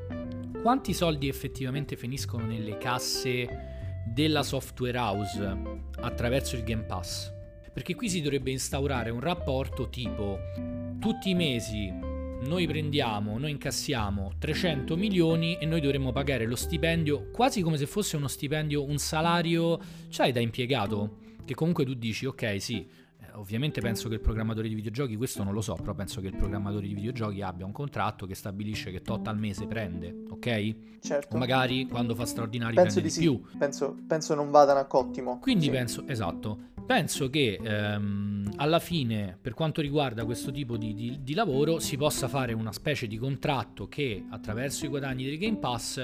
quanti soldi effettivamente finiscono nelle casse della software house attraverso il Game Pass. Perché qui si dovrebbe instaurare un rapporto tipo tutti i mesi noi prendiamo, noi incassiamo trecento milioni e noi dovremmo pagare lo stipendio quasi come se fosse uno stipendio, un salario, cioè da impiegato, che comunque tu dici ok sì, ovviamente penso che il programmatore di videogiochi, questo non lo so, però penso che il programmatore di videogiochi abbia un contratto che stabilisce che tot al mese prende, ok? Certo. O magari quando fa straordinari penso prende di, di sì. più. Penso, penso non vadano a cottimo. Quindi sì. penso, esatto, penso che ehm, alla fine, per quanto riguarda questo tipo di, di, di lavoro, si possa fare una specie di contratto che attraverso i guadagni del Game Pass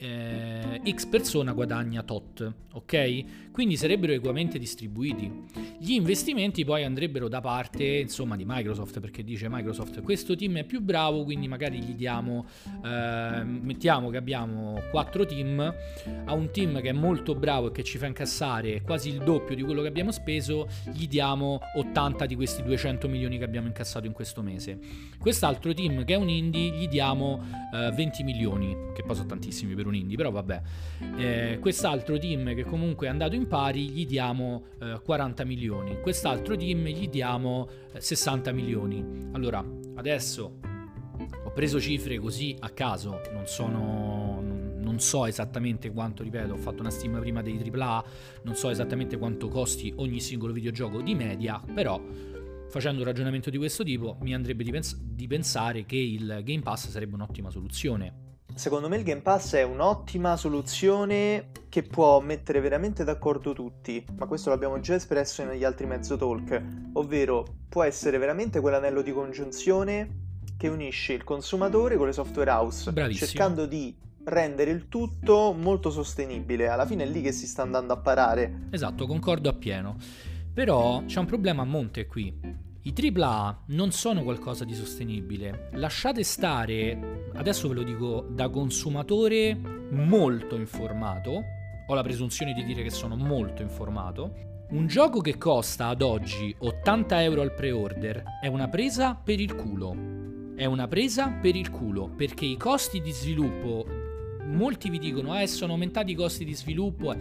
eh, X persona guadagna tot, ok? Quindi sarebbero equamente distribuiti. Gli investimenti poi andrebbero da parte, insomma, di Microsoft, perché dice Microsoft questo team è più bravo, quindi magari gli diamo, eh, mettiamo che abbiamo quattro team, a un team che è molto bravo e che ci fa incassare quasi il doppio di quello che abbiamo speso, gli diamo ottanta di questi duecento milioni che abbiamo incassato in questo mese. Quest'altro team che è un indie gli diamo eh, venti milioni, che poi sono tantissimi per un indie, però vabbè. Eh, quest'altro team che comunque è andato in pari gli diamo eh, quaranta milioni, quest'altro team gli diamo eh, sessanta milioni. Allora, adesso ho preso cifre così a caso, non sono... non so esattamente quanto, ripeto, ho fatto una stima prima dei tripla A, non so esattamente quanto costi ogni singolo videogioco di media, però facendo un ragionamento di questo tipo mi andrebbe di, pens- di pensare che il Game Pass sarebbe un'ottima soluzione. Secondo me il Game Pass è un'ottima soluzione che può mettere veramente d'accordo tutti, ma questo l'abbiamo già espresso negli altri mezzo talk, ovvero può essere veramente quell'anello di congiunzione che unisce il consumatore con le software house, Bravissimo. cercando di rendere il tutto molto sostenibile. Alla fine è lì che si sta andando a parare. Esatto, concordo appieno. Però c'è un problema a monte qui. I tripla A non sono qualcosa di sostenibile. Lasciate stare, adesso ve lo dico da consumatore molto informato, ho la presunzione di dire che sono molto informato, un gioco che costa ad oggi ottanta euro al pre-order è una presa per il culo. È una presa per il culo, perché i costi di sviluppo, molti vi dicono eh sono aumentati i costi di sviluppo,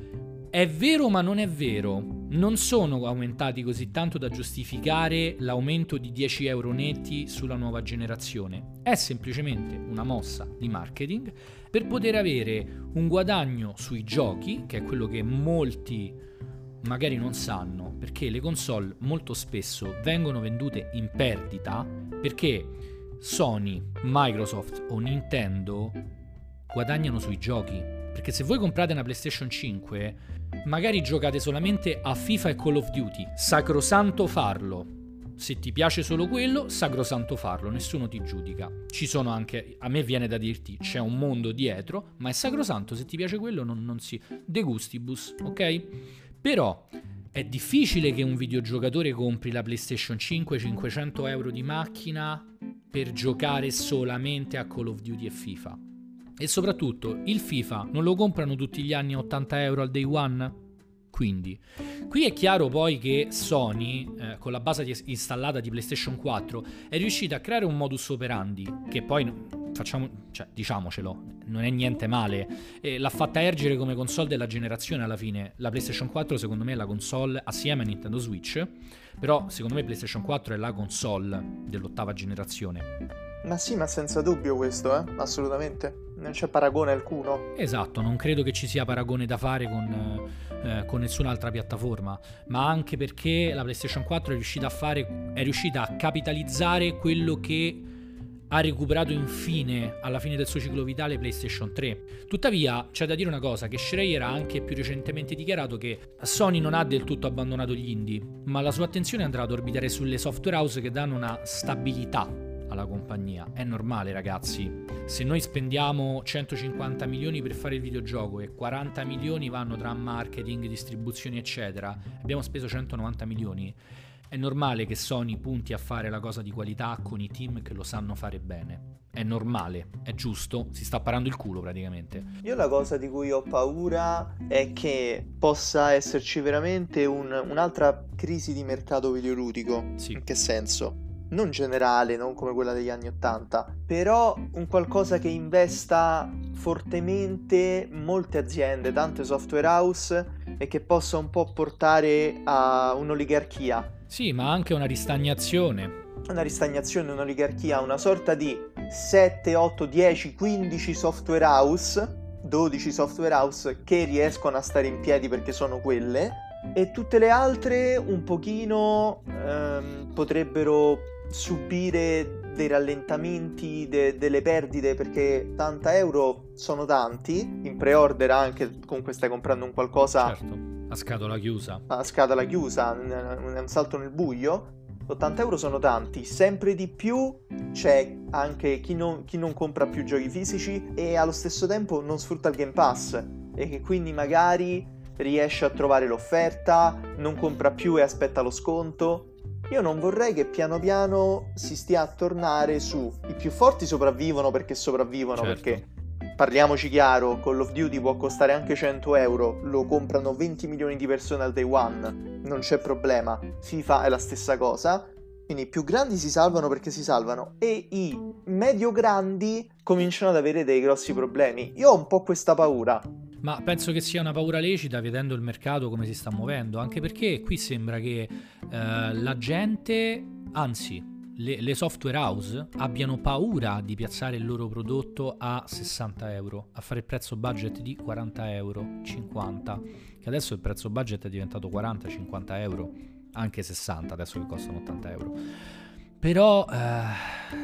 è vero ma non è vero, non sono aumentati così tanto da giustificare l'aumento di dieci euro netti sulla nuova generazione, è semplicemente una mossa di marketing per poter avere un guadagno sui giochi, che è quello che molti magari non sanno, perché le console molto spesso vengono vendute in perdita perché Sony, Microsoft o Nintendo guadagnano sui giochi. Perché se voi comprate una PlayStation cinque, magari giocate solamente a FIFA e Call of Duty, sacrosanto farlo. Se ti piace solo quello, sacrosanto farlo, nessuno ti giudica. Ci sono anche, a me viene da dirti, c'è un mondo dietro, ma è sacrosanto, se ti piace quello non, non si... De gustibus, ok? Però è difficile che un videogiocatore compri la PlayStation cinque cinquecento euro di macchina per giocare solamente a Call of Duty e FIFA. E soprattutto il FIFA non lo comprano tutti gli anni a ottanta euro al day one? Quindi qui è chiaro poi che Sony eh, con la base di, installata di PlayStation quattro è riuscita a creare un modus operandi che poi facciamo, cioè diciamocelo, non è niente male, e l'ha fatta ergere come console della generazione alla fine. La PlayStation quattro secondo me è la console assieme a Nintendo Switch, però secondo me PlayStation quattro è la console dell'ottava generazione. Ma sì, ma senza dubbio questo, eh? Assolutamente. Non c'è paragone alcuno. Esatto, non credo che ci sia paragone da fare con, eh, con nessun'altra piattaforma, ma anche perché la PlayStation quattro è riuscita a fare, è riuscita a capitalizzare quello che ha recuperato infine alla fine del suo ciclo vitale PlayStation tre. Tuttavia c'è da dire una cosa, che Schreier ha anche più recentemente dichiarato che Sony non ha del tutto abbandonato gli indie, ma la sua attenzione andrà ad orbitare sulle software house che danno una stabilità alla compagnia. È normale, ragazzi, se noi spendiamo centocinquanta milioni per fare il videogioco e quaranta milioni vanno tra marketing, distribuzioni eccetera, abbiamo speso centonovanta milioni, è normale che Sony punti a fare la cosa di qualità con i team che lo sanno fare bene. È normale, è giusto, si sta parando il culo praticamente. Io la cosa di cui ho paura è che possa esserci veramente un, un'altra crisi di mercato videoludico. Sì. In che senso? Non generale, non come quella degli anni ottanta, però un qualcosa che investa fortemente molte aziende, tante software house, e che possa un po' portare a un'oligarchia. Sì, ma anche una ristagnazione. Una ristagnazione, un'oligarchia, una sorta di sette, otto, dieci, quindici software house, dodici software house che riescono a stare in piedi perché sono quelle, e tutte le altre un pochino ehm, potrebbero subire dei rallentamenti, de- delle perdite, perché ottanta euro sono tanti, in pre-order anche, comunque stai comprando un qualcosa certo, a scatola chiusa, a scatola chiusa, è un salto nel buio, ottanta euro sono tanti, sempre di più c'è anche chi non, chi non compra più giochi fisici e allo stesso tempo non sfrutta il Game Pass e che quindi magari riesce a trovare l'offerta, non compra più e aspetta lo sconto. Io non vorrei che piano piano si stia a tornare su i più forti sopravvivono perché sopravvivono, Certo. perché parliamoci chiaro, Call of Duty può costare anche cento euro, lo comprano venti milioni di persone al day one, non c'è problema. FIFA è la stessa cosa, quindi i più grandi si salvano perché si salvano e i medio-grandi cominciano ad avere dei grossi problemi. Io ho un po' questa paura. Ma penso che sia una paura lecita vedendo il mercato come si sta muovendo, anche perché qui sembra che eh, la gente, anzi le, le software house abbiano paura di piazzare il loro prodotto a sessanta euro, a fare il prezzo budget di quaranta euro, cinquanta, che adesso il prezzo budget è diventato quaranta cinquanta euro, anche sessanta adesso che costano ottanta euro. Però eh,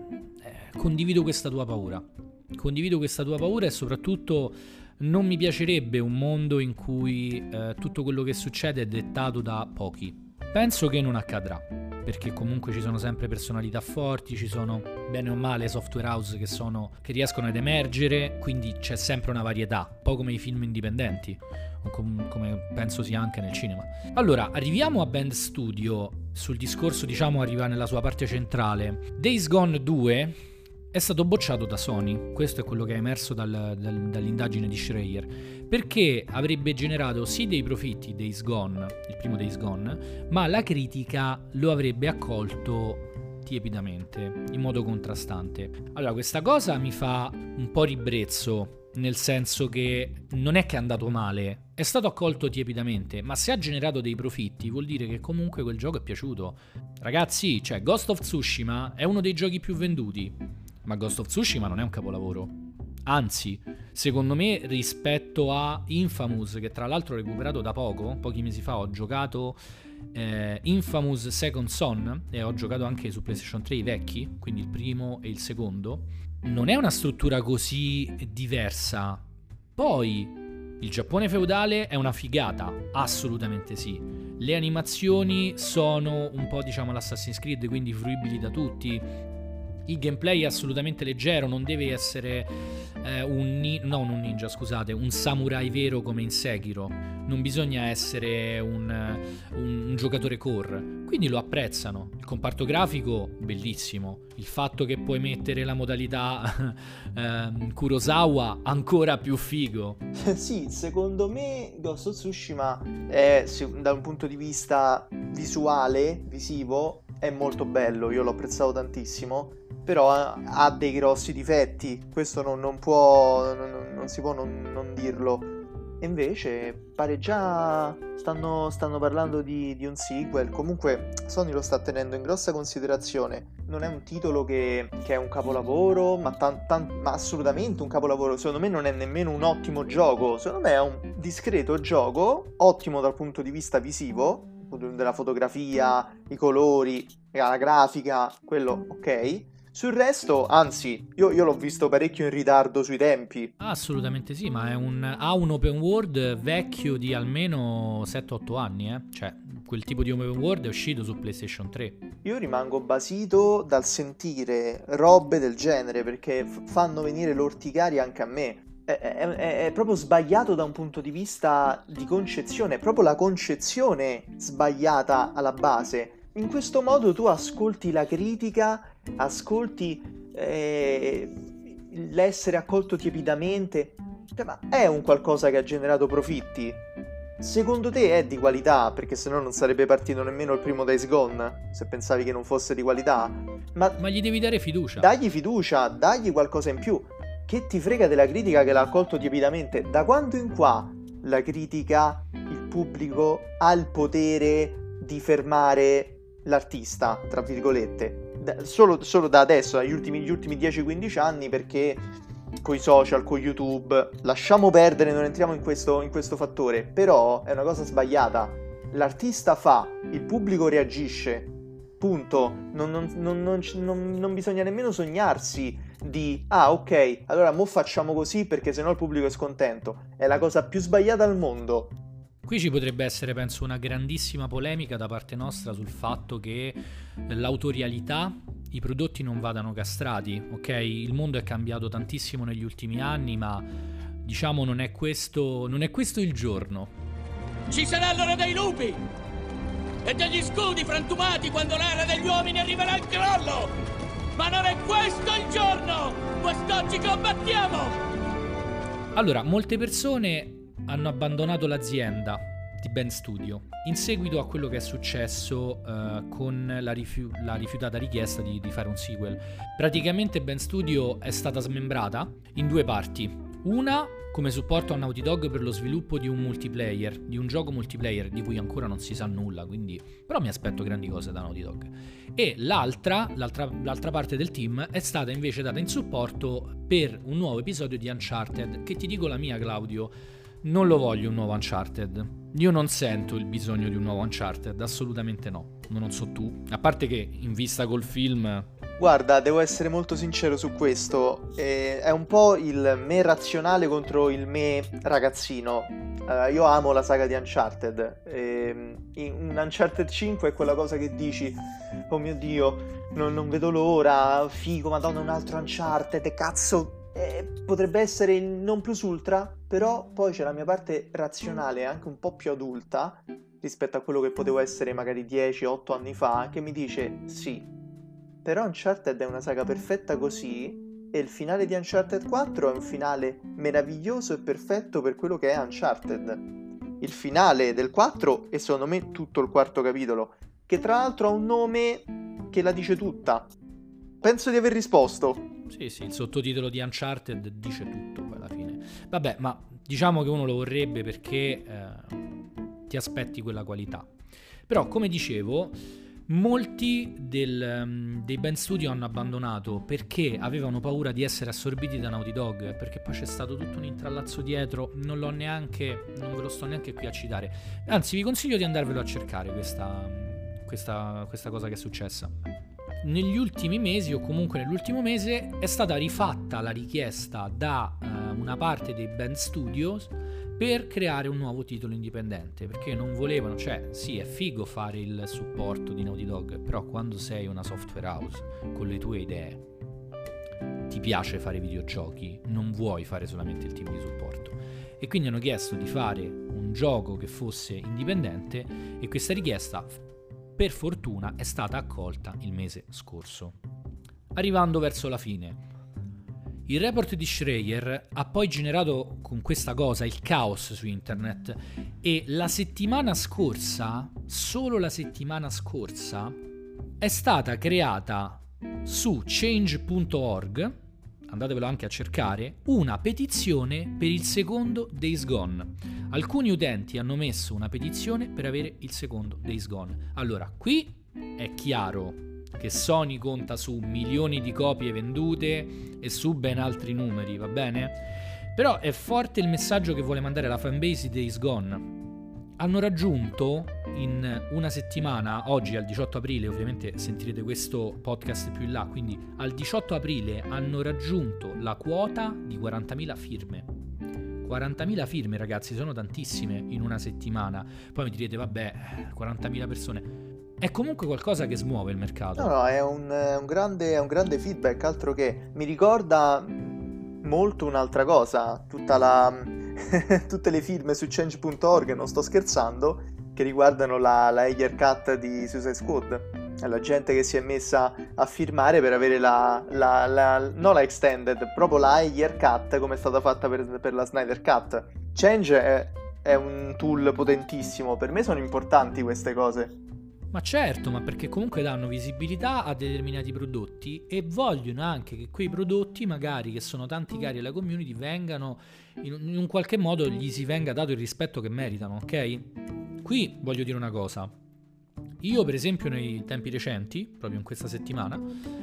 eh, condivido questa tua paura, condivido questa tua paura e soprattutto non mi piacerebbe un mondo in cui eh, tutto quello che succede è dettato da pochi. Penso che non accadrà, perché comunque ci sono sempre personalità forti, ci sono bene o male software house che, sono, che riescono ad emergere, quindi c'è sempre una varietà, un po' come i film indipendenti, o com- come penso sia anche nel cinema. Allora, arriviamo a Bend Studio, sul discorso diciamo arriva nella sua parte centrale. Days Gone due è stato bocciato da Sony, questo è quello che è emerso dal, dal, dall'indagine di Schreier, perché avrebbe generato sì dei profitti Days Gone, il primo Days Gone, ma la critica lo avrebbe accolto tiepidamente, in modo contrastante. Allora questa cosa mi fa un po' ribrezzo, nel senso che non è che è andato male, è stato accolto tiepidamente, ma se ha generato dei profitti vuol dire che comunque quel gioco è piaciuto. Ragazzi, cioè Ghost of Tsushima è uno dei giochi più venduti, ma Ghost of Tsushima non è un capolavoro. Anzi, secondo me rispetto a Infamous, che tra l'altro ho recuperato da poco, pochi mesi fa ho giocato eh, Infamous Second Son e ho giocato anche su PlayStation tre i vecchi, quindi il primo e il secondo, non è una struttura così diversa. Poi il Giappone feudale è una figata, assolutamente sì. Le animazioni sono un po' diciamo l'Assassin's Creed, quindi fruibili da tutti. Il gameplay è assolutamente leggero, non deve essere eh, un, ni- non un ninja, scusate, un samurai vero come in Sekiro. Non bisogna essere un, un, un giocatore core, quindi lo apprezzano. Il comparto grafico, bellissimo. Il fatto che puoi mettere la modalità eh, Kurosawa, ancora più figo. Sì, secondo me Ghost of Tsushima è, da un punto di vista visuale, visivo, è molto bello, io l'ho apprezzato tantissimo. Però ha, ha dei grossi difetti, questo non, non può, non, non si può non, non dirlo. E invece pare già stanno, stanno parlando di, di un sequel. Comunque Sony lo sta tenendo in grossa considerazione. Non è un titolo che, che è un capolavoro, ma, tan, tan, ma assolutamente un capolavoro. Secondo me non è nemmeno un ottimo gioco. Secondo me è un discreto gioco, ottimo dal punto di vista visivo, della fotografia, i colori, la grafica, quello ok. Sul resto, anzi, io, io l'ho visto parecchio in ritardo sui tempi. Assolutamente sì, ma è un, ha un open world vecchio di almeno sette otto anni, eh? Cioè, quel tipo di open world è uscito su PlayStation tre. Io rimango basito dal sentire robe del genere, perché f- fanno venire l'orticaria anche a me. È, è, è proprio sbagliato da un punto di vista di concezione, è proprio la concezione sbagliata alla base. In questo modo tu ascolti la critica, ascolti eh, l'essere accolto tiepidamente, cioè, ma è un qualcosa che ha generato profitti? Secondo te è di qualità? Perché sennò non sarebbe partito nemmeno il primo Days Gone, se pensavi che non fosse di qualità. Ma, ma gli devi dare fiducia. Dagli fiducia, dagli qualcosa in più. Che ti frega della critica che l'ha accolto tiepidamente? Da quando in qua la critica, il pubblico ha il potere di fermare l'artista, tra virgolette? Da, solo, solo da adesso, negli ultimi, gli ultimi dieci quindici anni, perché coi social, con YouTube, lasciamo perdere, non entriamo in questo, in questo fattore, però è una cosa sbagliata. L'artista fa, il pubblico reagisce, punto. Non, non, non, non, non, non bisogna nemmeno sognarsi di ah ok, allora mo facciamo così perché sennò il pubblico è scontento. È la cosa più sbagliata al mondo. Qui ci potrebbe essere, penso, una grandissima polemica da parte nostra sul fatto che l'autorialità, i prodotti non vadano castrati, ok? Il mondo è cambiato tantissimo negli ultimi anni, ma diciamo non è questo, non è questo il giorno. Ci sarà l'ora dei lupi e degli scudi frantumati quando l'era degli uomini arriverà al crollo. Ma non è questo il giorno! Quest'oggi combattiamo! Allora, molte persone hanno abbandonato l'azienda di Ben Studio in seguito a quello che è successo uh, con la, rifiu- la rifiutata richiesta di, di fare un sequel. Praticamente Ben Studio è stata smembrata in due parti. Una come supporto a Naughty Dog per lo sviluppo di un multiplayer, di un gioco multiplayer di cui ancora non si sa nulla, quindi però mi aspetto grandi cose da Naughty Dog. E l'altra, l'altra, l'altra parte del team è stata invece data in supporto per un nuovo episodio di Uncharted, che ti dico la mia, Claudio, non lo voglio un nuovo Uncharted. Io non sento il bisogno di un nuovo Uncharted, assolutamente no. Non so tu. A parte che in vista col film... Guarda, devo essere molto sincero su questo. Eh, è un po' il me razionale contro il me ragazzino. Uh, io amo la saga di Uncharted. Eh, in un Uncharted cinque è quella cosa che dici: oh mio Dio, non, non vedo l'ora, figo, madonna, un altro Uncharted, cazzo... Eh, potrebbe essere il non plus ultra, però poi c'è la mia parte razionale, anche un po' più adulta rispetto a quello che potevo essere magari dieci otto anni fa, che mi dice sì, però Uncharted è una saga perfetta così, e il finale di Uncharted quattro è un finale meraviglioso e perfetto per quello che è Uncharted. Il finale del quattro e secondo me tutto il quarto capitolo, che tra l'altro ha un nome che la dice tutta. Penso di aver risposto. Sì, sì, il sottotitolo di Uncharted dice tutto poi alla fine. Vabbè, ma diciamo che uno lo vorrebbe perché eh, ti aspetti quella qualità. Però, come dicevo, molti del, um, dei Ben Studio hanno abbandonato perché avevano paura di essere assorbiti da Naughty Dog, perché poi c'è stato tutto un intrallazzo dietro, non l'ho neanche, non ve lo sto neanche qui a citare. Anzi, vi consiglio di andarvelo a cercare questa, questa, questa cosa che è successa. Negli ultimi mesi, o comunque nell'ultimo mese, è stata rifatta la richiesta da uh, una parte dei Ben Studios per creare un nuovo titolo indipendente, perché non volevano, cioè sì, è figo fare il supporto di Naughty Dog, però quando sei una software house con le tue idee, ti piace fare videogiochi, non vuoi fare solamente il team di supporto. E quindi hanno chiesto di fare un gioco che fosse indipendente, e questa richiesta per fortuna è stata accolta il mese scorso. Arrivando verso la fine, il report di Schreier ha poi generato con questa cosa il caos su internet, e la settimana scorsa, solo la settimana scorsa, è stata creata su change punto org, andatevelo anche a cercare, una petizione per il secondo Days Gone. Alcuni utenti hanno messo una petizione per avere il secondo Days Gone. Allora, qui è chiaro che Sony conta su milioni di copie vendute e su ben altri numeri, va bene? Però è forte il messaggio che vuole mandare la fanbase di Days Gone. Hanno raggiunto in una settimana, oggi al diciotto aprile, ovviamente sentirete questo podcast più in là, quindi al diciotto aprile hanno raggiunto la quota di quarantamila firme. quarantamila firme, ragazzi, sono tantissime in una settimana. Poi mi direte, vabbè, quarantamila persone. È comunque qualcosa che smuove il mercato. No, no, è un, è un grande, è un grande feedback, altro che mi ricorda molto un'altra cosa, tutta la... tutte le firme su change punto org, non sto scherzando, che riguardano la, la Ayer Cut di Suicide Squad. È la gente che si è messa a firmare per avere la, la, la non la extended, proprio la Ayer Cut come è stata fatta per, per la Snyder Cut. Change è, è un tool potentissimo, per me sono importanti queste cose. Ma certo, ma perché comunque danno visibilità a determinati prodotti e vogliono anche che quei prodotti, magari che sono tanti cari alla community, vengano in un, in un qualche modo gli si venga dato il rispetto che meritano, ok? Qui voglio dire una cosa. Io per esempio nei tempi recenti, proprio in questa settimana,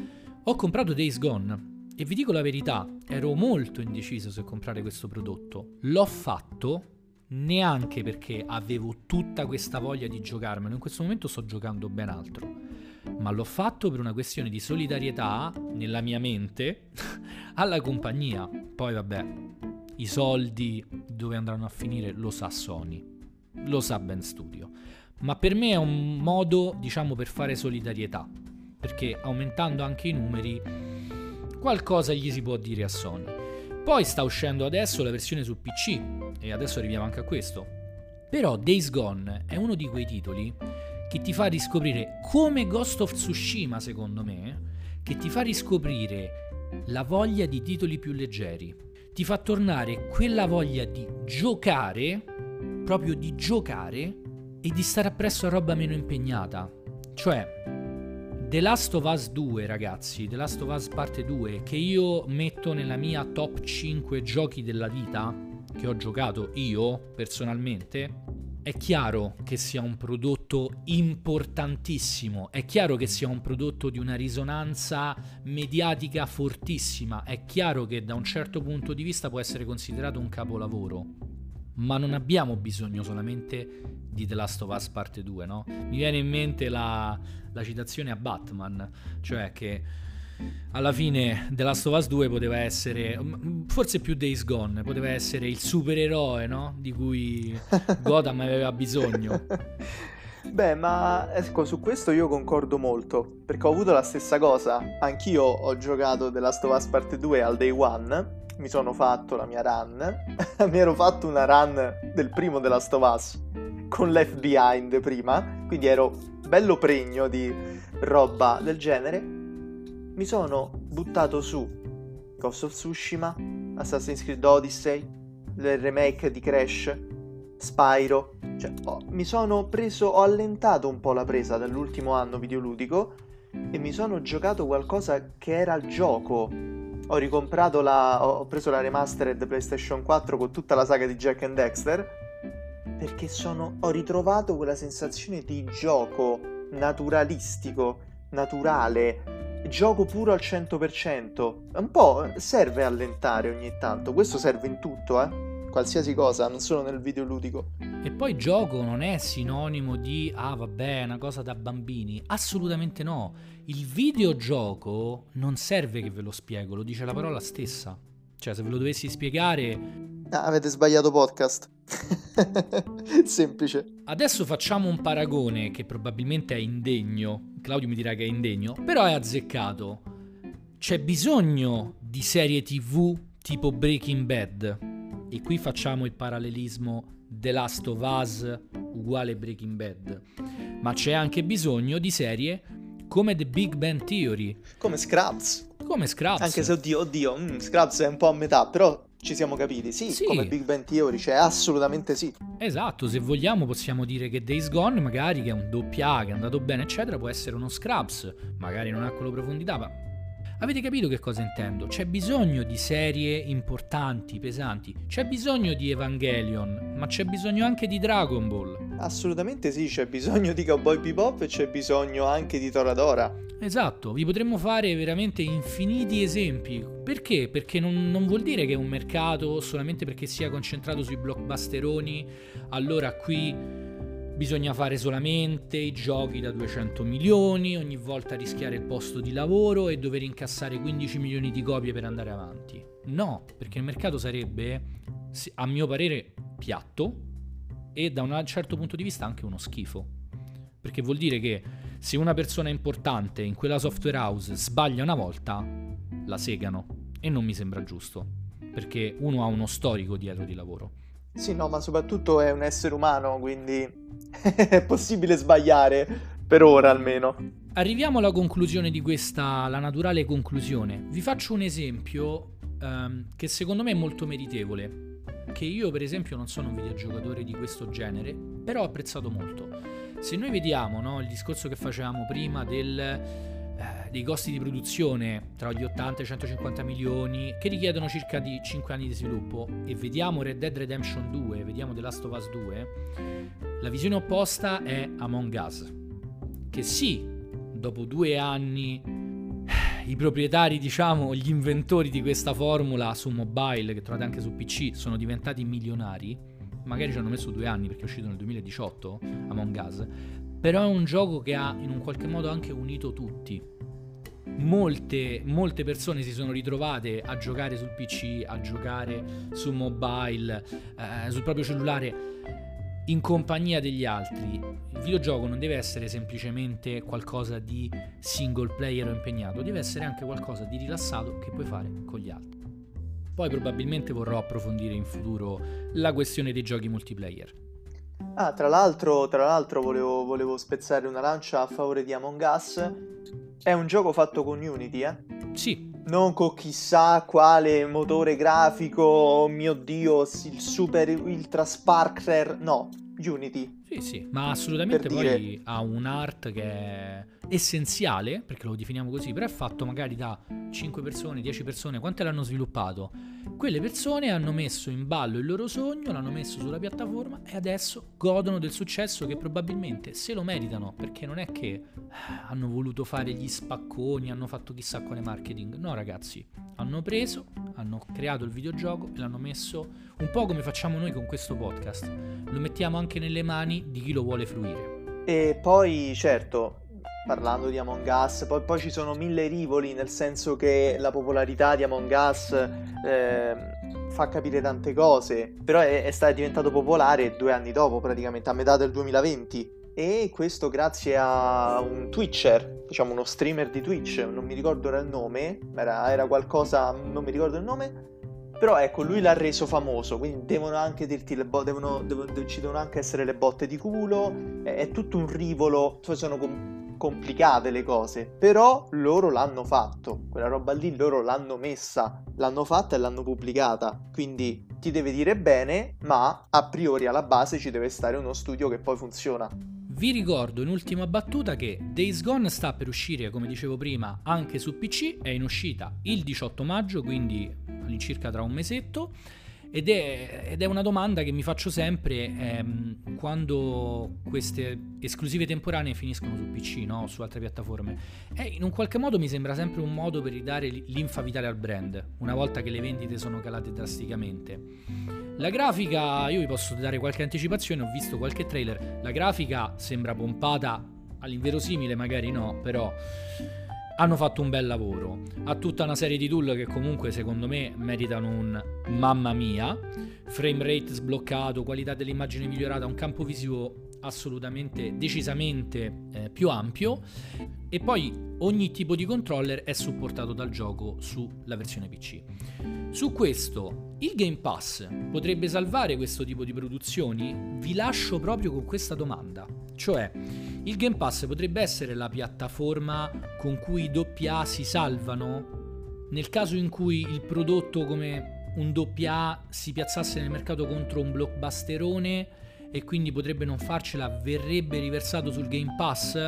ho comprato Days Gone e vi dico la verità, ero molto indeciso se comprare questo prodotto. L'ho fatto neanche perché avevo tutta questa voglia di giocarmelo, in questo momento sto giocando ben altro, ma l'ho fatto per una questione di solidarietà nella mia mente alla compagnia. Poi vabbè, i soldi dove andranno a finire lo sa Sony. lo sa ben Studio. Ma per me è un modo, diciamo, per fare solidarietà, perché aumentando anche i numeri qualcosa gli si può dire a Sony. Poi sta uscendo adesso la versione su P C e adesso arriviamo anche a questo. Però Days Gone è uno di quei titoli che ti fa riscoprire, come Ghost of Tsushima secondo me, che ti fa riscoprire la voglia di titoli più leggeri, ti fa tornare quella voglia di giocare, proprio di giocare e di stare appresso a roba meno impegnata. Cioè The Last of Us due, ragazzi, The Last of Us parte due, che io metto nella mia top cinque giochi della vita che ho giocato io personalmente, è chiaro che sia un prodotto importantissimo, è chiaro che sia un prodotto di una risonanza mediatica fortissima, è chiaro che da un certo punto di vista può essere considerato un capolavoro, ma non abbiamo bisogno solamente di The Last of Us parte due, no? Mi viene in mente la, la citazione a Batman, cioè che alla fine The Last of Us due poteva essere, forse più Days Gone, poteva essere il supereroe, no? Di cui Gotham aveva bisogno. Beh, ma ecco, su questo io concordo molto, perché ho avuto la stessa cosa. Anch'io ho giocato The Last of Us parte due al day one, mi sono fatto la mia run, mi ero fatto una run del primo The Last of Us con Left Behind prima, quindi ero bello pregno di roba del genere. Mi sono buttato su Ghost of Tsushima, Assassin's Creed Odyssey, il remake di Crash, Spyro, cioè oh, mi sono preso, ho allentato un po' la presa dall'ultimo anno videoludico e mi sono giocato qualcosa che era il gioco. Ho ricomprato la, ho preso la remastered PlayStation quattro con tutta la saga di Jak and Daxter, perché sono, ho ritrovato quella sensazione di gioco naturalistico, naturale, gioco puro al cento per cento. Un po' serve allentare ogni tanto, questo serve in tutto, eh, qualsiasi cosa, non solo nel videoludico. E poi gioco non è sinonimo di ah vabbè, è una cosa da bambini, assolutamente no. Il videogioco non serve che ve lo spiego, lo dice la parola stessa. Cioè, se ve lo dovessi spiegare... Ah, avete sbagliato podcast. Semplice. Adesso facciamo un paragone che probabilmente è indegno. Claudio mi dirà che è indegno, però è azzeccato. C'è bisogno di serie tv tipo Breaking Bad. E qui facciamo il parallelismo The Last of Us uguale Breaking Bad. Ma c'è anche bisogno di serie come The Big Bang Theory. Come Scrubs. Come Scrubs. Anche se, oddio, oddio, mm, Scrubs è un po' a metà, però ci siamo capiti. Sì, sì, come Big Bang Theory, cioè assolutamente sì. Esatto, se vogliamo possiamo dire che Days Gone, magari, che è un doppia A, che è andato bene, eccetera, può essere uno Scrubs. Magari non ha quella profondità, ma... Avete capito che cosa intendo? C'è bisogno di serie importanti, pesanti. C'è bisogno di Evangelion, ma c'è bisogno anche di Dragon Ball. Assolutamente sì, c'è bisogno di Cowboy Bebop e c'è bisogno anche di Toradora. Esatto, vi potremmo fare veramente infiniti esempi. Perché? Perché non, non vuol dire che un mercato, solamente perché sia concentrato sui blockbusteroni, allora qui bisogna fare solamente i giochi da duecento milioni, ogni volta rischiare il posto di lavoro e dover incassare quindici milioni di copie per andare avanti. No, perché il mercato sarebbe, a mio parere, piatto e da un certo punto di vista anche uno schifo. Perché vuol dire che se una persona importante in quella software house sbaglia una volta, la segano. E non mi sembra giusto, perché uno ha uno storico dietro di lavoro. Sì, no, ma soprattutto è un essere umano, quindi è possibile sbagliare, per ora almeno. Arriviamo alla conclusione di questa, la naturale conclusione. Vi faccio un esempio um, che secondo me è molto meritevole, che io per esempio non sono un videogiocatore di questo genere, però ho apprezzato molto. Se noi vediamo, no, il discorso che facevamo prima del... Eh, dei costi di produzione tra gli ottanta e i centocinquanta milioni che richiedono circa di cinque anni di sviluppo, e vediamo Red Dead Redemption due, vediamo The Last of Us due, la visione opposta è Among Us, che sì, dopo due anni i proprietari, diciamo gli inventori di questa formula su mobile, che trovate anche su P C, sono diventati milionari. Magari ci hanno messo due anni perché è uscito nel duemiladiciotto Among Us, però è un gioco che ha in un qualche modo anche unito tutti. Molte, molte persone si sono ritrovate a giocare sul P C, a giocare su mobile, eh, sul proprio cellulare, in compagnia degli altri. Il videogioco non deve essere semplicemente qualcosa di single player o impegnato, deve essere anche qualcosa di rilassato che puoi fare con gli altri. Poi probabilmente vorrò approfondire in futuro la questione dei giochi multiplayer. Ah, tra l'altro, tra l'altro volevo, volevo spezzare una lancia a favore di Among Us. È un gioco fatto con Unity, eh? Sì. Non con chissà quale motore grafico, oh mio Dio, il super ultra sparkler, no, Unity. Sì, sì, ma assolutamente Per poi dire- ha un art che è essenziale, perché lo definiamo così, però è fatto magari da cinque persone, dieci persone, quante l'hanno sviluppato? Quelle persone hanno messo in ballo il loro sogno, l'hanno messo sulla piattaforma e adesso godono del successo che probabilmente se lo meritano, perché non è che eh, hanno voluto fare gli spacconi, hanno fatto chissà quale marketing. No ragazzi, hanno preso, hanno creato il videogioco e l'hanno messo un po' come facciamo noi con questo podcast. Lo mettiamo anche nelle mani di chi lo vuole fruire. E poi, certo, parlando di Among Us, poi, poi ci sono mille rivoli, nel senso che la popolarità di Among Us eh, fa capire tante cose, però è, è stato diventato popolare due anni dopo, praticamente a metà del duemilaventi, e questo grazie a un Twitcher, diciamo uno streamer di Twitch, non mi ricordo ora il nome, era, era qualcosa, non mi ricordo il nome, però ecco, lui l'ha reso famoso, quindi devono anche dirti le botte, devono, devono, ci devono anche essere le botte di culo, è, è tutto un rivolo, poi sono com- complicate le cose, però loro l'hanno fatto, quella roba lì loro l'hanno messa, l'hanno fatta e l'hanno pubblicata, quindi ti deve dire bene, ma a priori alla base ci deve stare uno studio che poi funziona. Vi ricordo in ultima battuta che Days Gone sta per uscire, come dicevo prima, anche su P C, è in uscita il diciotto maggio, quindi all'incirca tra un mesetto, ed è, ed è una domanda che mi faccio sempre ehm, quando queste esclusive temporanee finiscono su P C, no? O su altre piattaforme. E in un qualche modo mi sembra sempre un modo per ridare linfa vitale al brand, una volta che le vendite sono calate drasticamente. La grafica, io vi posso dare qualche anticipazione, ho visto qualche trailer, la grafica sembra pompata all'inverosimile, magari no, però hanno fatto un bel lavoro. Ha tutta una serie di tool che comunque secondo me meritano un mamma mia, frame rate sbloccato, qualità dell'immagine migliorata, un campo visivo assolutamente decisamente eh, più ampio, e poi ogni tipo di controller è supportato dal gioco sulla versione P C. Su questo il Game Pass potrebbe salvare questo tipo di produzioni? Vi lascio proprio con questa domanda, cioè il Game Pass potrebbe essere la piattaforma con cui i doppia A si salvano nel caso in cui il prodotto come un doppia A si piazzasse nel mercato contro un blockbusterone e quindi potrebbe non farcela, verrebbe riversato sul Game Pass?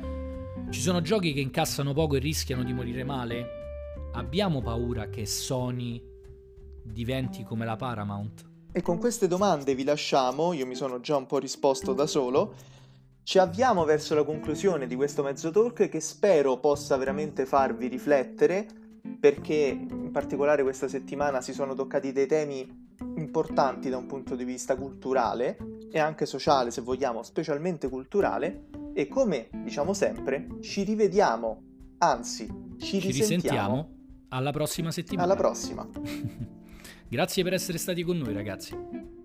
Ci sono giochi che incassano poco e rischiano di morire male? Abbiamo paura che Sony diventi come la Paramount? E con queste domande vi lasciamo, io mi sono già un po' risposto da solo. Ci avviamo verso la conclusione di questo mezzo talk che spero possa veramente farvi riflettere, perché in particolare questa settimana si sono toccati dei temi importanti da un punto di vista culturale e anche sociale, se vogliamo, specialmente culturale, e come diciamo sempre, ci rivediamo, anzi, ci, Ci risentiamo risentiamo alla prossima settimana. alla prossima. Grazie per essere stati con noi, ragazzi.